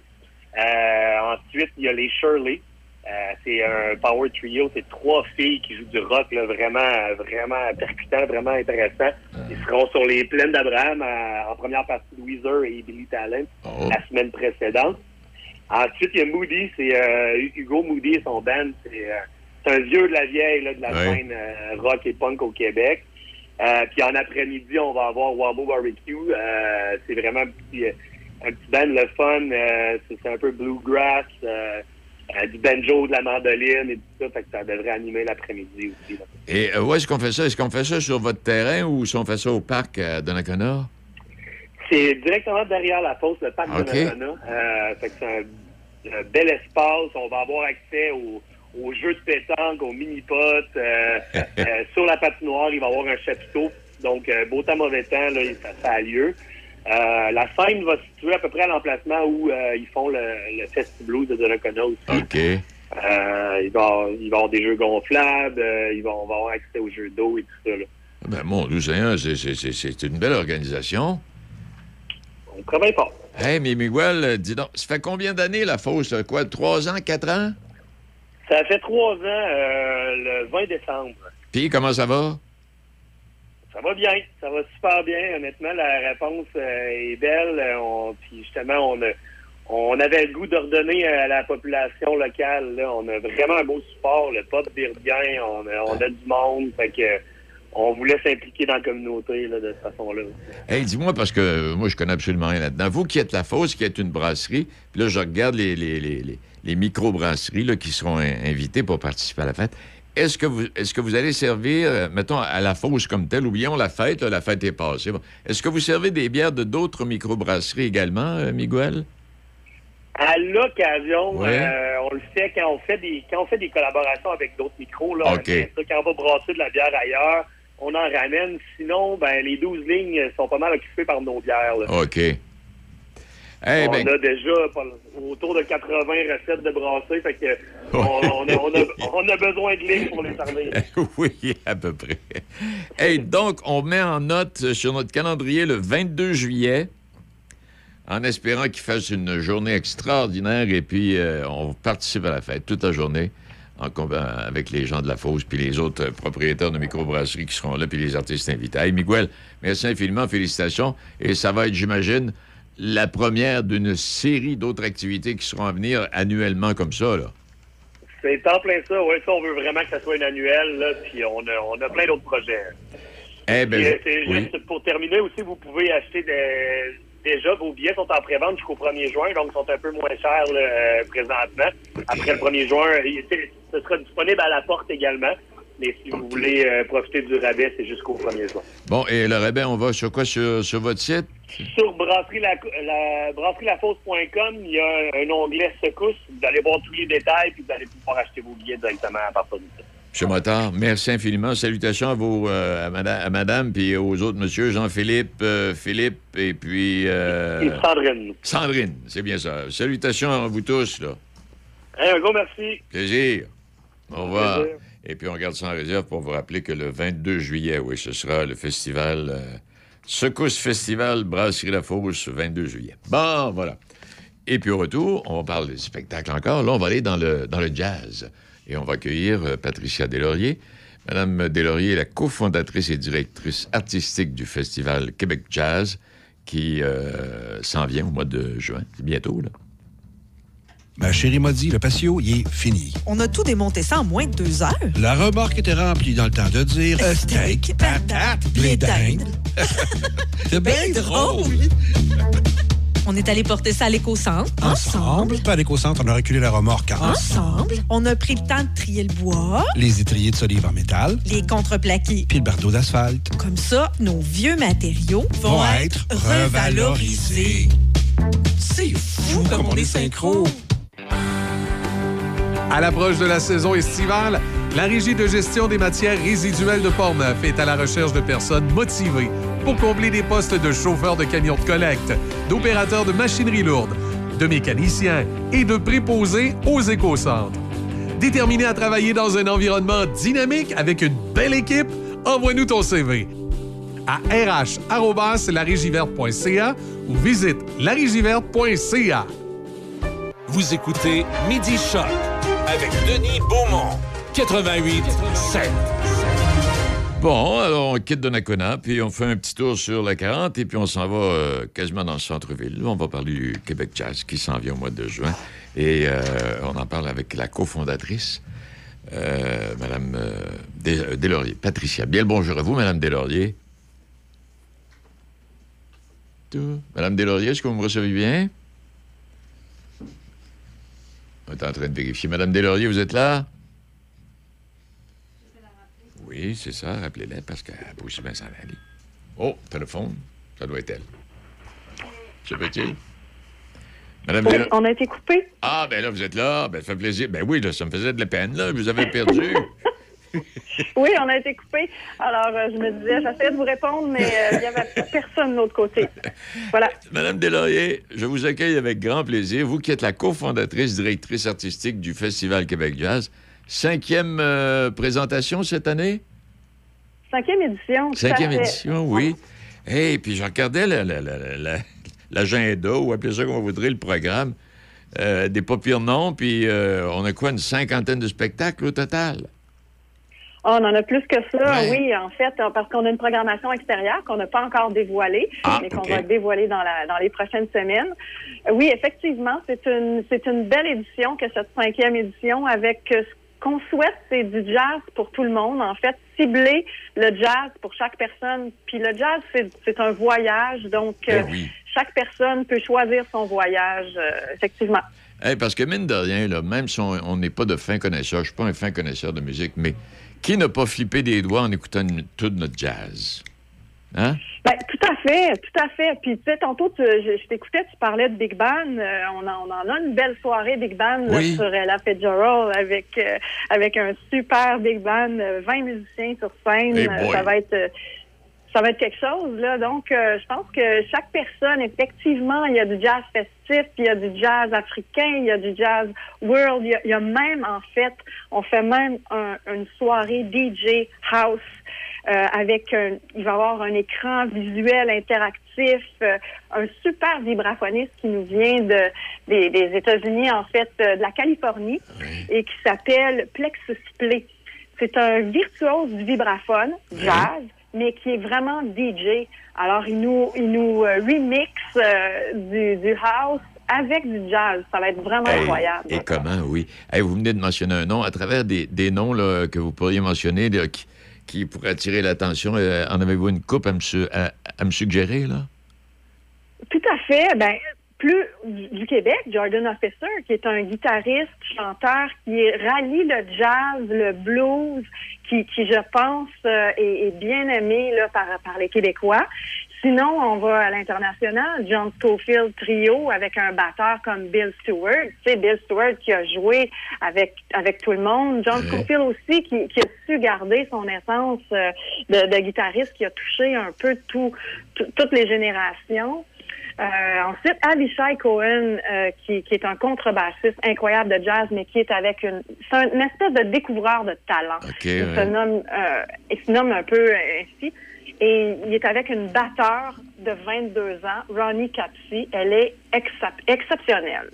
Ensuite, il y a les Shirley. C'est un power trio. C'est 3 filles qui jouent du rock là, vraiment percutant, vraiment intéressant. Ils seront sur les plaines d'Abraham en première partie de Weezer et Billy Talent la semaine précédente. Ensuite, il y a Moody. C'est Hugo Moody et son band. C'est un vieux de la vieille là, de la scène rock et punk au Québec. Puis en après-midi, on va avoir Wabo Barbecue. C'est vraiment un petit band le fun. C'est un peu bluegrass. Du banjo, de la mandoline et tout ça, fait que ça devrait animer l'après-midi aussi. Là. Et où est-ce qu'on fait ça? Est-ce qu'on fait ça sur votre terrain ou si on fait ça au parc à Donnacona? C'est directement derrière la fosse, le parc Donnacona. Fait que c'est un bel espace. On va avoir accès aux jeux de pétanque, aux mini-potes. Sur la patinoire, il va y avoir un chapiteau. Donc, beau temps, mauvais temps, là, ça a lieu. La scène va se situer à peu près à l'emplacement où ils font le Festi Blues de Donnacona aussi. OK. Il va y avoir des jeux gonflables, on va avoir accès aux jeux d'eau et tout ça. Là. Ben, mon Dieu, c'est une belle organisation. On travaille fort. Hey, mais Miguel, dis donc, ça fait combien d'années la fosse? Quoi, 3 ans, 4 ans? Ça fait 3 ans, le 20 décembre. Puis, comment ça va? Ça va bien, ça va super bien. Honnêtement, la réponse est belle. Puis justement, on avait le goût de redonner à la population locale. Là. On a vraiment un beau support. Le pop vire bien, on a du monde. Fait que on voulait s'impliquer dans la communauté là, de cette façon-là. Hey, dis-moi, parce que moi, je connais absolument rien là-dedans. Vous qui êtes la Fosse, qui êtes une brasserie, puis là, je regarde les micro-brasseries là, qui seront invitées pour participer à la fête. Est-ce que vous allez servir, mettons, à la Fosse comme telle, oublions la fête, là, la fête est passée. Bon. Est-ce que vous servez des bières de d'autres microbrasseries également, Miguel? À l'occasion, ouais. On le fait quand on fait des collaborations avec d'autres micros. Là, okay. Quand on va brasser de la bière ailleurs, on en ramène. Sinon, les 12 lignes sont pas mal occupées par nos bières. Là. OK. Hey, on a déjà autour de 80 recettes de brasser, fait que on a besoin de lignes pour les servir. Oui, à peu près. Hey, donc, on met en note sur notre calendrier le 22 juillet, en espérant qu'il fasse une journée extraordinaire, et puis on participe à la fête toute la journée avec les gens de la Fosse, puis les autres propriétaires de microbrasseries qui seront là, puis les artistes invités. Hey, Miguel, merci infiniment, félicitations, et ça va être, j'imagine, la première d'une série d'autres activités qui seront à venir annuellement comme ça, là. C'est en plein ça, oui. Ça, on veut vraiment que ça soit une annuelle, là, puis on a plein d'autres projets. Eh bien, juste pour terminer aussi, vous pouvez acheter déjà, vos billets sont en pré-vente jusqu'au 1er juin, donc sont un peu moins chers là, présentement. Après le 1er juin, ce sera disponible à la porte également. Mais si vous voulez profiter du rabais, c'est jusqu'au 1er juin. Bon, et le rabais, on va sur quoi? Sur votre site? Sur brasserieslafosse.com, il y a un onglet secousse. Vous allez voir tous les détails, puis vous allez pouvoir acheter vos billets directement à partir de ça. M. Motard, merci infiniment. Salutations à madame, puis aux autres monsieur, Jean-Philippe, Philippe, et puis... Et Sandrine. Sandrine, c'est bien ça. Salutations à vous tous, là. Un gros merci. Plaisir. Au revoir. Plaisir. Et puis, on garde ça en réserve pour vous rappeler que le 22 juillet, oui, ce sera le festival... Secousse Festival Brasserie La Fosse, 22 juillet. Bon, voilà. Et puis, au retour, on va parler des spectacles encore. Là, on va aller dans le jazz. Et on va accueillir Patricia Deslauriers. Madame Deslauriers est la cofondatrice et directrice artistique du Festival Québec Jazz qui s'en vient au mois de juin. C'est bientôt, là. Ma chérie m'a dit, le patio, il est fini. On a tout démonté ça en moins de 2 heures. La remorque était remplie dans le temps de dire steak, patate, blé d'Inde. C'est bien drôle. On est allé porter ça à l'éco-centre. Ensemble. Pas à l'éco-centre, on a reculé la remorque ensemble. On a pris le temps de trier le bois. Les étriers de solive en métal. Les contreplaqués. Puis le bardeau d'asphalte. Comme ça, nos vieux matériaux vont être revalorisés. C'est fou comme on est synchro. À l'approche de la saison estivale, la Régie de gestion des matières résiduelles de Portneuf est à la recherche de personnes motivées pour combler des postes de chauffeurs de camions de collecte, d'opérateurs de machinerie lourde, de mécaniciens et de préposés aux éco-centres. Déterminé à travailler dans un environnement dynamique avec une belle équipe, envoie-nous ton CV à rh@larégiverte.ca ou visite larégiverte.ca. Vous écoutez Midi Choc avec Denis Beaumont, 88.7. Bon, alors on quitte Donnacona, puis on fait un petit tour sur la 40, et puis on s'en va quasiment dans le centre-ville. Là, on va parler du Québec Jazz qui s'en vient au mois de juin. Et on en parle avec la cofondatrice, Mme Deslauriers, Patricia. Bien le bonjour à vous, Mme Deslauriers. Mme Deslauriers, est-ce que vous me recevez bien? On est en train de vérifier. Madame Deslauriers, vous êtes là? Oui, c'est ça. Rappelez-la parce qu'elle peut aussi bien s'en aller. Oh, téléphone. Ça doit être elle. Se peut-il? Madame oui, on a été coupé. Ah, ben là, vous êtes là. Ben, ça fait plaisir. Ben oui, là, ça me faisait de la peine, là. Vous avez perdu. Oui, on a été coupé. Alors, je me disais, j'essayais de vous répondre, mais il n'y avait personne de l'autre côté. Voilà. Madame Deslauriers, je vous accueille avec grand plaisir. Vous qui êtes la cofondatrice, directrice artistique du Festival Québec Jazz. 5e présentation cette année? 5e édition. 5e édition, oui. Et puis, je regardais l'agenda, ou appelez ça comme vous voudrez, le programme. Des pas pires noms, puis on a quoi, une 50aine de spectacles au total? Oh, on en a plus que ça, ouais. Oui, en fait, parce qu'on a une programmation extérieure qu'on n'a pas encore dévoilée, mais qu'on va dévoiler dans les prochaines semaines. Oui, effectivement, c'est une belle édition que cette 5e édition avec ce qu'on souhaite, c'est du jazz pour tout le monde. En fait, cibler le jazz pour chaque personne. Puis le jazz, c'est un voyage, donc chaque personne peut choisir son voyage, effectivement. Hey, parce que mine de rien, là, même si on n'est pas de fin connaisseur, je suis pas un fin connaisseur de musique, mais qui n'a pas flippé des doigts en écoutant tout notre jazz? Hein? Ben, tout à fait. Puis, tu sais, tantôt, je t'écoutais, tu parlais de Big Band. On en a une belle soirée Big Band là, sur la Fitzgerald avec un super Big Band, 20 musiciens sur scène. Hey ça va être quelque chose, là. Donc, je pense que chaque personne, effectivement, il y a du jazz festif, il y a du jazz africain, il y a du jazz world, il y a même, en fait, on fait même une soirée DJ house avec il va y avoir un écran visuel interactif, un super vibraphoniste qui nous vient des États-Unis, en fait, de la Californie, et qui s'appelle Plexus Play. C'est un virtuose du vibraphone, jazz, mais qui est vraiment DJ. Alors, il nous remix du house avec du jazz. Ça va être vraiment incroyable. Et comment, oui. Hey, vous venez de mentionner un nom. À travers des noms là, que vous pourriez mentionner là, qui pourraient attirer l'attention, en avez-vous une coupe à me suggérer, là? Tout à fait. Ben, plus du Québec, Jordan Officer, qui est un guitariste, chanteur, qui rallie le jazz, le blues, qui je pense, est bien aimé là, par les Québécois. Sinon, on va à l'international, John Scofield Trio avec un batteur comme Bill Stewart. Tu sais, Bill Stewart qui a joué avec tout le monde. John Scofield aussi qui a su garder son essence de guitariste, qui a touché un peu toutes les générations. Ensuite, Avishai Cohen, qui est un contrebassiste incroyable de jazz, mais qui est avec c'est une espèce de découvreur de talent. Il se nomme un peu ainsi. Et il est avec une batteure de 22 ans, Ronnie Capsi. Elle est exceptionnelle.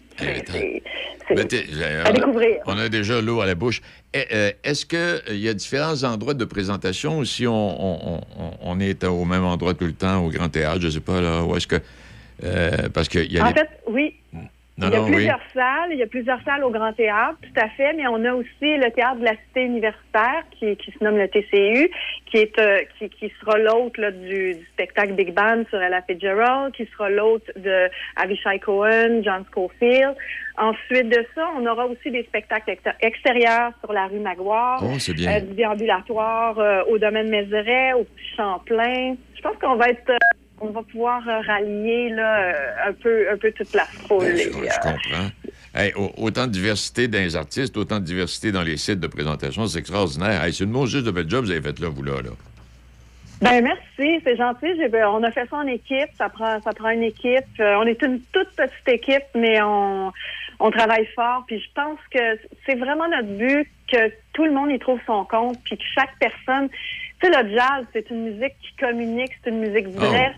À découvrir. On a déjà l'eau à la bouche. Est-ce qu'il y a différents endroits de présentation ou si on est au même endroit tout le temps, au Grand Théâtre, je ne sais pas, là, où est-ce que... parce qu'il y a fait, oui. Il y a plusieurs salles au Grand Théâtre, tout à fait, mais on a aussi le Théâtre de la Cité universitaire, qui se nomme le TCU, qui sera l'hôte là, du spectacle Big Band sur Ella Fitzgerald, qui sera l'hôte de Avishai Cohen, John Scofield. Ensuite de ça, on aura aussi des spectacles extérieurs sur la rue Magloire, du déambulatoire au domaine Mézeray, au Champlain. Je pense qu'on va être... on va pouvoir rallier là, un peu toute la foule. Je comprends. Hey, autant de diversité dans les artistes, autant de diversité dans les sites de présentation, c'est extraordinaire. Hey, c'est une juste de bel job vous avez fait là, vous, là. Ben merci, c'est gentil. On a fait ça en équipe, ça prend une équipe. On est une toute petite équipe, mais on travaille fort. Puis je pense que c'est vraiment notre but que tout le monde y trouve son compte, puis que chaque personne... Tu sais, le jazz, c'est une musique qui communique, c'est une musique vraie,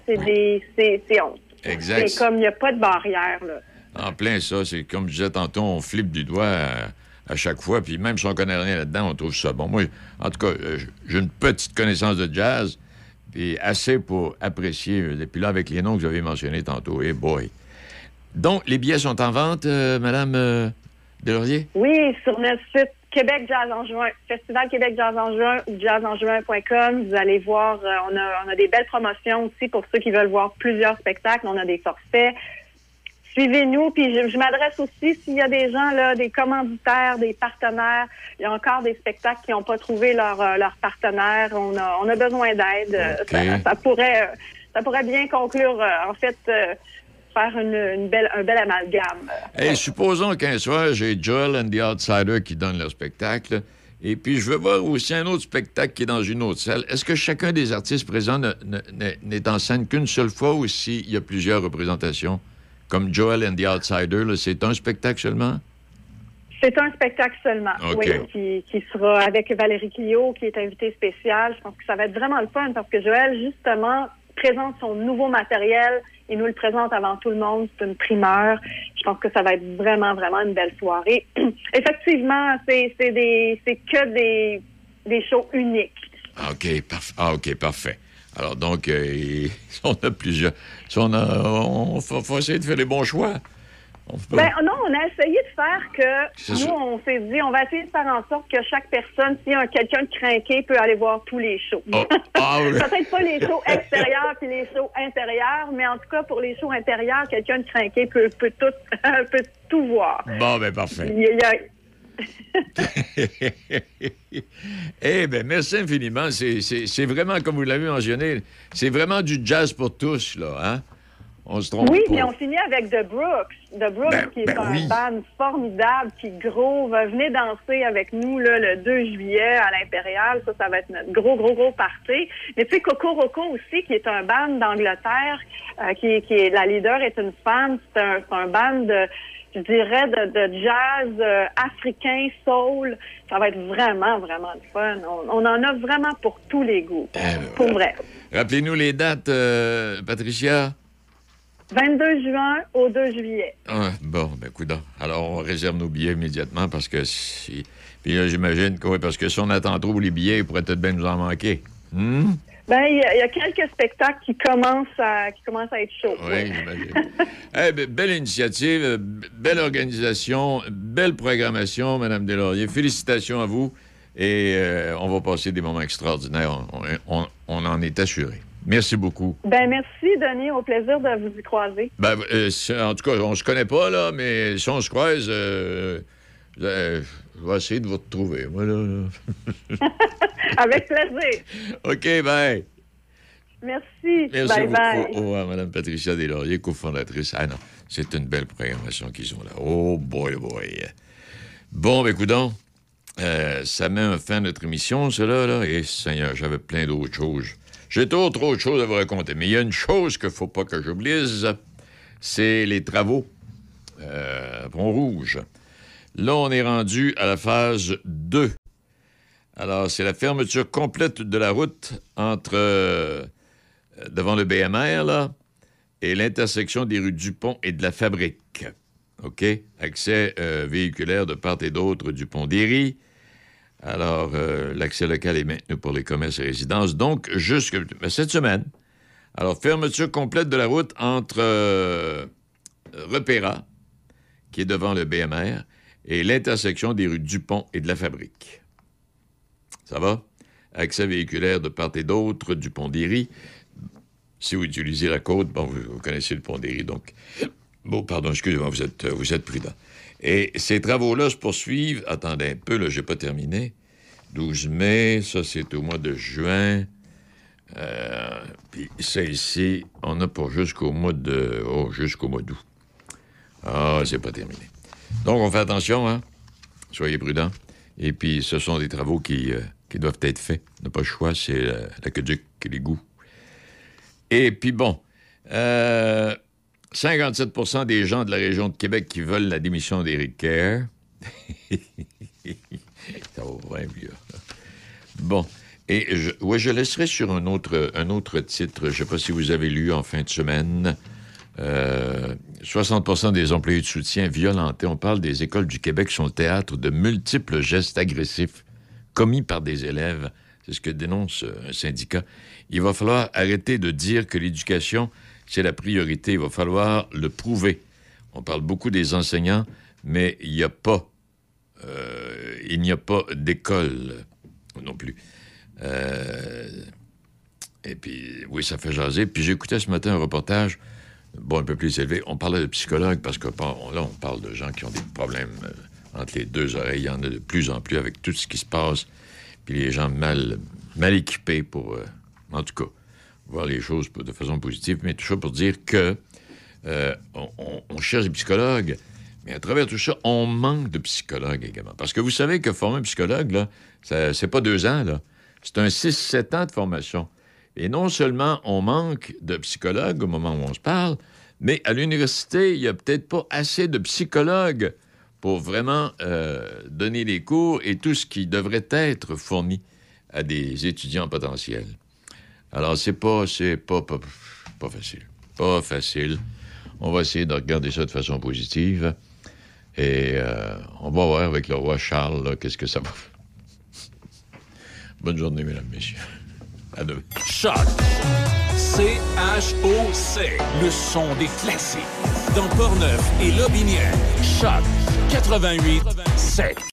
Exact. C'est comme, il n'y a pas de barrière, là. En plein ça, c'est comme je disais tantôt, on flippe du doigt à chaque fois, puis même si on connaît rien là-dedans, on trouve ça bon. Moi, en tout cas, j'ai une petite connaissance de jazz, puis assez pour apprécier. Et puis là, avec les noms que vous avez mentionnés tantôt, hey boy. Donc, les billets sont en vente, Madame Deslauriers? Oui, sur notre site Québec Jazz en juin, Festival Québec Jazz en juin ou jazzenjuin.com. Vous allez voir, on a des belles promotions aussi pour ceux qui veulent voir plusieurs spectacles. On a des forfaits. Suivez-nous, puis je m'adresse aussi s'il y a des gens, là, des commanditaires, des partenaires. Il y a encore des spectacles qui n'ont pas trouvé leur partenaire. On a besoin d'aide. Okay. Ça pourrait bien conclure, en fait... faire un bel amalgame. Hey, supposons qu'un soir, j'ai Joel and the Outsider qui donnent leur spectacle, et puis je veux voir aussi un autre spectacle qui est dans une autre salle. Est-ce que chacun des artistes présents n'est en scène qu'une seule fois ou s'il y a plusieurs représentations? Comme Joel and the Outsider, là, c'est un spectacle seulement? C'est un spectacle seulement, okay. Oui, qui sera avec Valérie Clio, qui est invitée spéciale. Je pense que ça va être vraiment le fun parce que Joël, justement, présente son nouveau matériel. Il nous le présente avant tout le monde. C'est une primeur. Je pense que ça va être vraiment, vraiment une belle soirée. Effectivement, c'est que des shows uniques. OK, parfait. Alors, donc, on a plusieurs... On faut essayer de faire les bons choix. Non, on a essayé de faire que... Nous, on s'est dit, on va essayer de faire en sorte que chaque personne, si quelqu'un de crinqué, peut aller voir tous les shows. Oui. Peut-être pas les shows extérieurs puis les shows intérieurs, mais en tout cas, pour les shows intérieurs, quelqu'un de crinqué peut tout voir. Bon, ben parfait. Eh bien, merci infiniment. C'est vraiment, comme vous l'avez mentionné, c'est vraiment du jazz pour tous, là, hein? On se trompe pas. Mais on finit avec The Brooks. The Brooks, qui est un band formidable, qui groove. Venez danser avec nous là, le 2 juillet à l'Impérial. Ça va être notre gros party. Mais tu sais, Coco Roco aussi, qui est un band d'Angleterre, qui est la leader est une femme. C'est un band je dirais, de jazz africain, soul. Ça va être vraiment, vraiment le fun. On en a vraiment pour tous les goûts. Pour vrai. Rappelez-nous les dates, Patricia. 22 juin au 2 juillet. Bon, coudonc. Alors, on réserve nos billets immédiatement parce que Puis là, j'imagine que, parce que si on attend trop les billets, il pourrait peut-être bien nous en manquer. Il y a quelques spectacles qui commencent à être chauds. Oui, j'imagine. Belle initiative, belle organisation, belle programmation, Mme Deslauriers. Félicitations à vous. Et on va passer des moments extraordinaires. On en est assuré. Merci beaucoup. Merci, Denis. Au plaisir de vous y croiser. En tout cas, on se connaît pas, là, mais si on se croise, je vais essayer de vous retrouver. Moi, là. Avec plaisir. OK, bye. Merci. Merci Bye-bye. beaucoup. Au revoir, Mme Patricia Deslauriers, cofondatrice. Ah non, c'est une belle programmation qu'ils ont là. Oh boy, boy. Bon, ben, coudonc, ça met un fin à notre émission, cela, là. Et Seigneur, j'avais plein d'autres choses. J'ai trop de choses à vous raconter. Mais il y a une chose qu'il ne faut pas que j'oublie, c'est les travaux à Pont-Rouge. Là, on est rendu à la phase 2. Alors, c'est la fermeture complète de la route entre devant le BMR, là, et l'intersection des rues Dupont et de la Fabrique. OK? Accès véhiculaire de part et d'autre du pont d'Éry. Alors, l'accès local est maintenu pour les commerces et résidences. Donc, jusque cette semaine. Alors, fermeture complète de la route entre Repéra, qui est devant le BMR, et l'intersection des rues Dupont et de la Fabrique. Ça va? Accès véhiculaire de part et d'autre du pont d'Éry. Si vous utilisez la côte, bon, vous connaissez le pont d'Éry, donc... Bon, pardon, excusez-moi, vous êtes prudent. Et ces travaux-là se poursuivent... Attendez un peu, là, j'ai pas terminé. 12 mai, ça, c'est au mois de juin. Puis ça, ici, on a pour jusqu'au mois de... Oh, jusqu'au mois d'août. Ah, c'est pas terminé. Donc, on fait attention, hein? Soyez prudents. Et puis, ce sont des travaux qui doivent être faits. On n'a pas le choix, c'est l'aqueduc et l'égout. Et puis, bon... 57 % des gens de la région de Québec qui veulent la démission d'Éric Kerr. Ça va bien mieux. Bon. Et je laisserai sur un autre titre. Je ne sais pas si vous avez lu en fin de semaine. 60 % des employés de soutien violentés. On parle des écoles du Québec qui sont le théâtre de multiples gestes agressifs commis par des élèves. C'est ce que dénonce un syndicat. Il va falloir arrêter de dire que l'éducation... c'est la priorité. Il va falloir le prouver. On parle beaucoup des enseignants, mais il n'y a pas d'école non plus. Et puis, oui, ça fait jaser. Puis j'écoutais ce matin un reportage, bon, un peu plus élevé. On parlait de psychologues parce que là, on parle de gens qui ont des problèmes entre les deux oreilles. Il y en a de plus en plus avec tout ce qui se passe. Puis les gens mal équipés pour, en tout cas, voir les choses de façon positive, mais tout ça pour dire que on cherche des psychologues, mais à travers tout ça, on manque de psychologues également. Parce que vous savez que former un psychologue, là, c'est pas 2 ans, là. C'est un 6-7 ans de formation. Et non seulement on manque de psychologues au moment où on se parle, mais à l'université, il n'y a peut-être pas assez de psychologues pour vraiment donner les cours et tout ce qui devrait être fourni à des étudiants potentiels. Alors, c'est pas facile. Pas facile. On va essayer de regarder ça de façon positive. Et on va voir avec le roi Charles, là, qu'est-ce que ça va faire. Bonne journée, mesdames, messieurs. À demain. Choc. C-H-O-C. Le son des classiques. Dans Portneuf et Lobinière. Choc 88-7.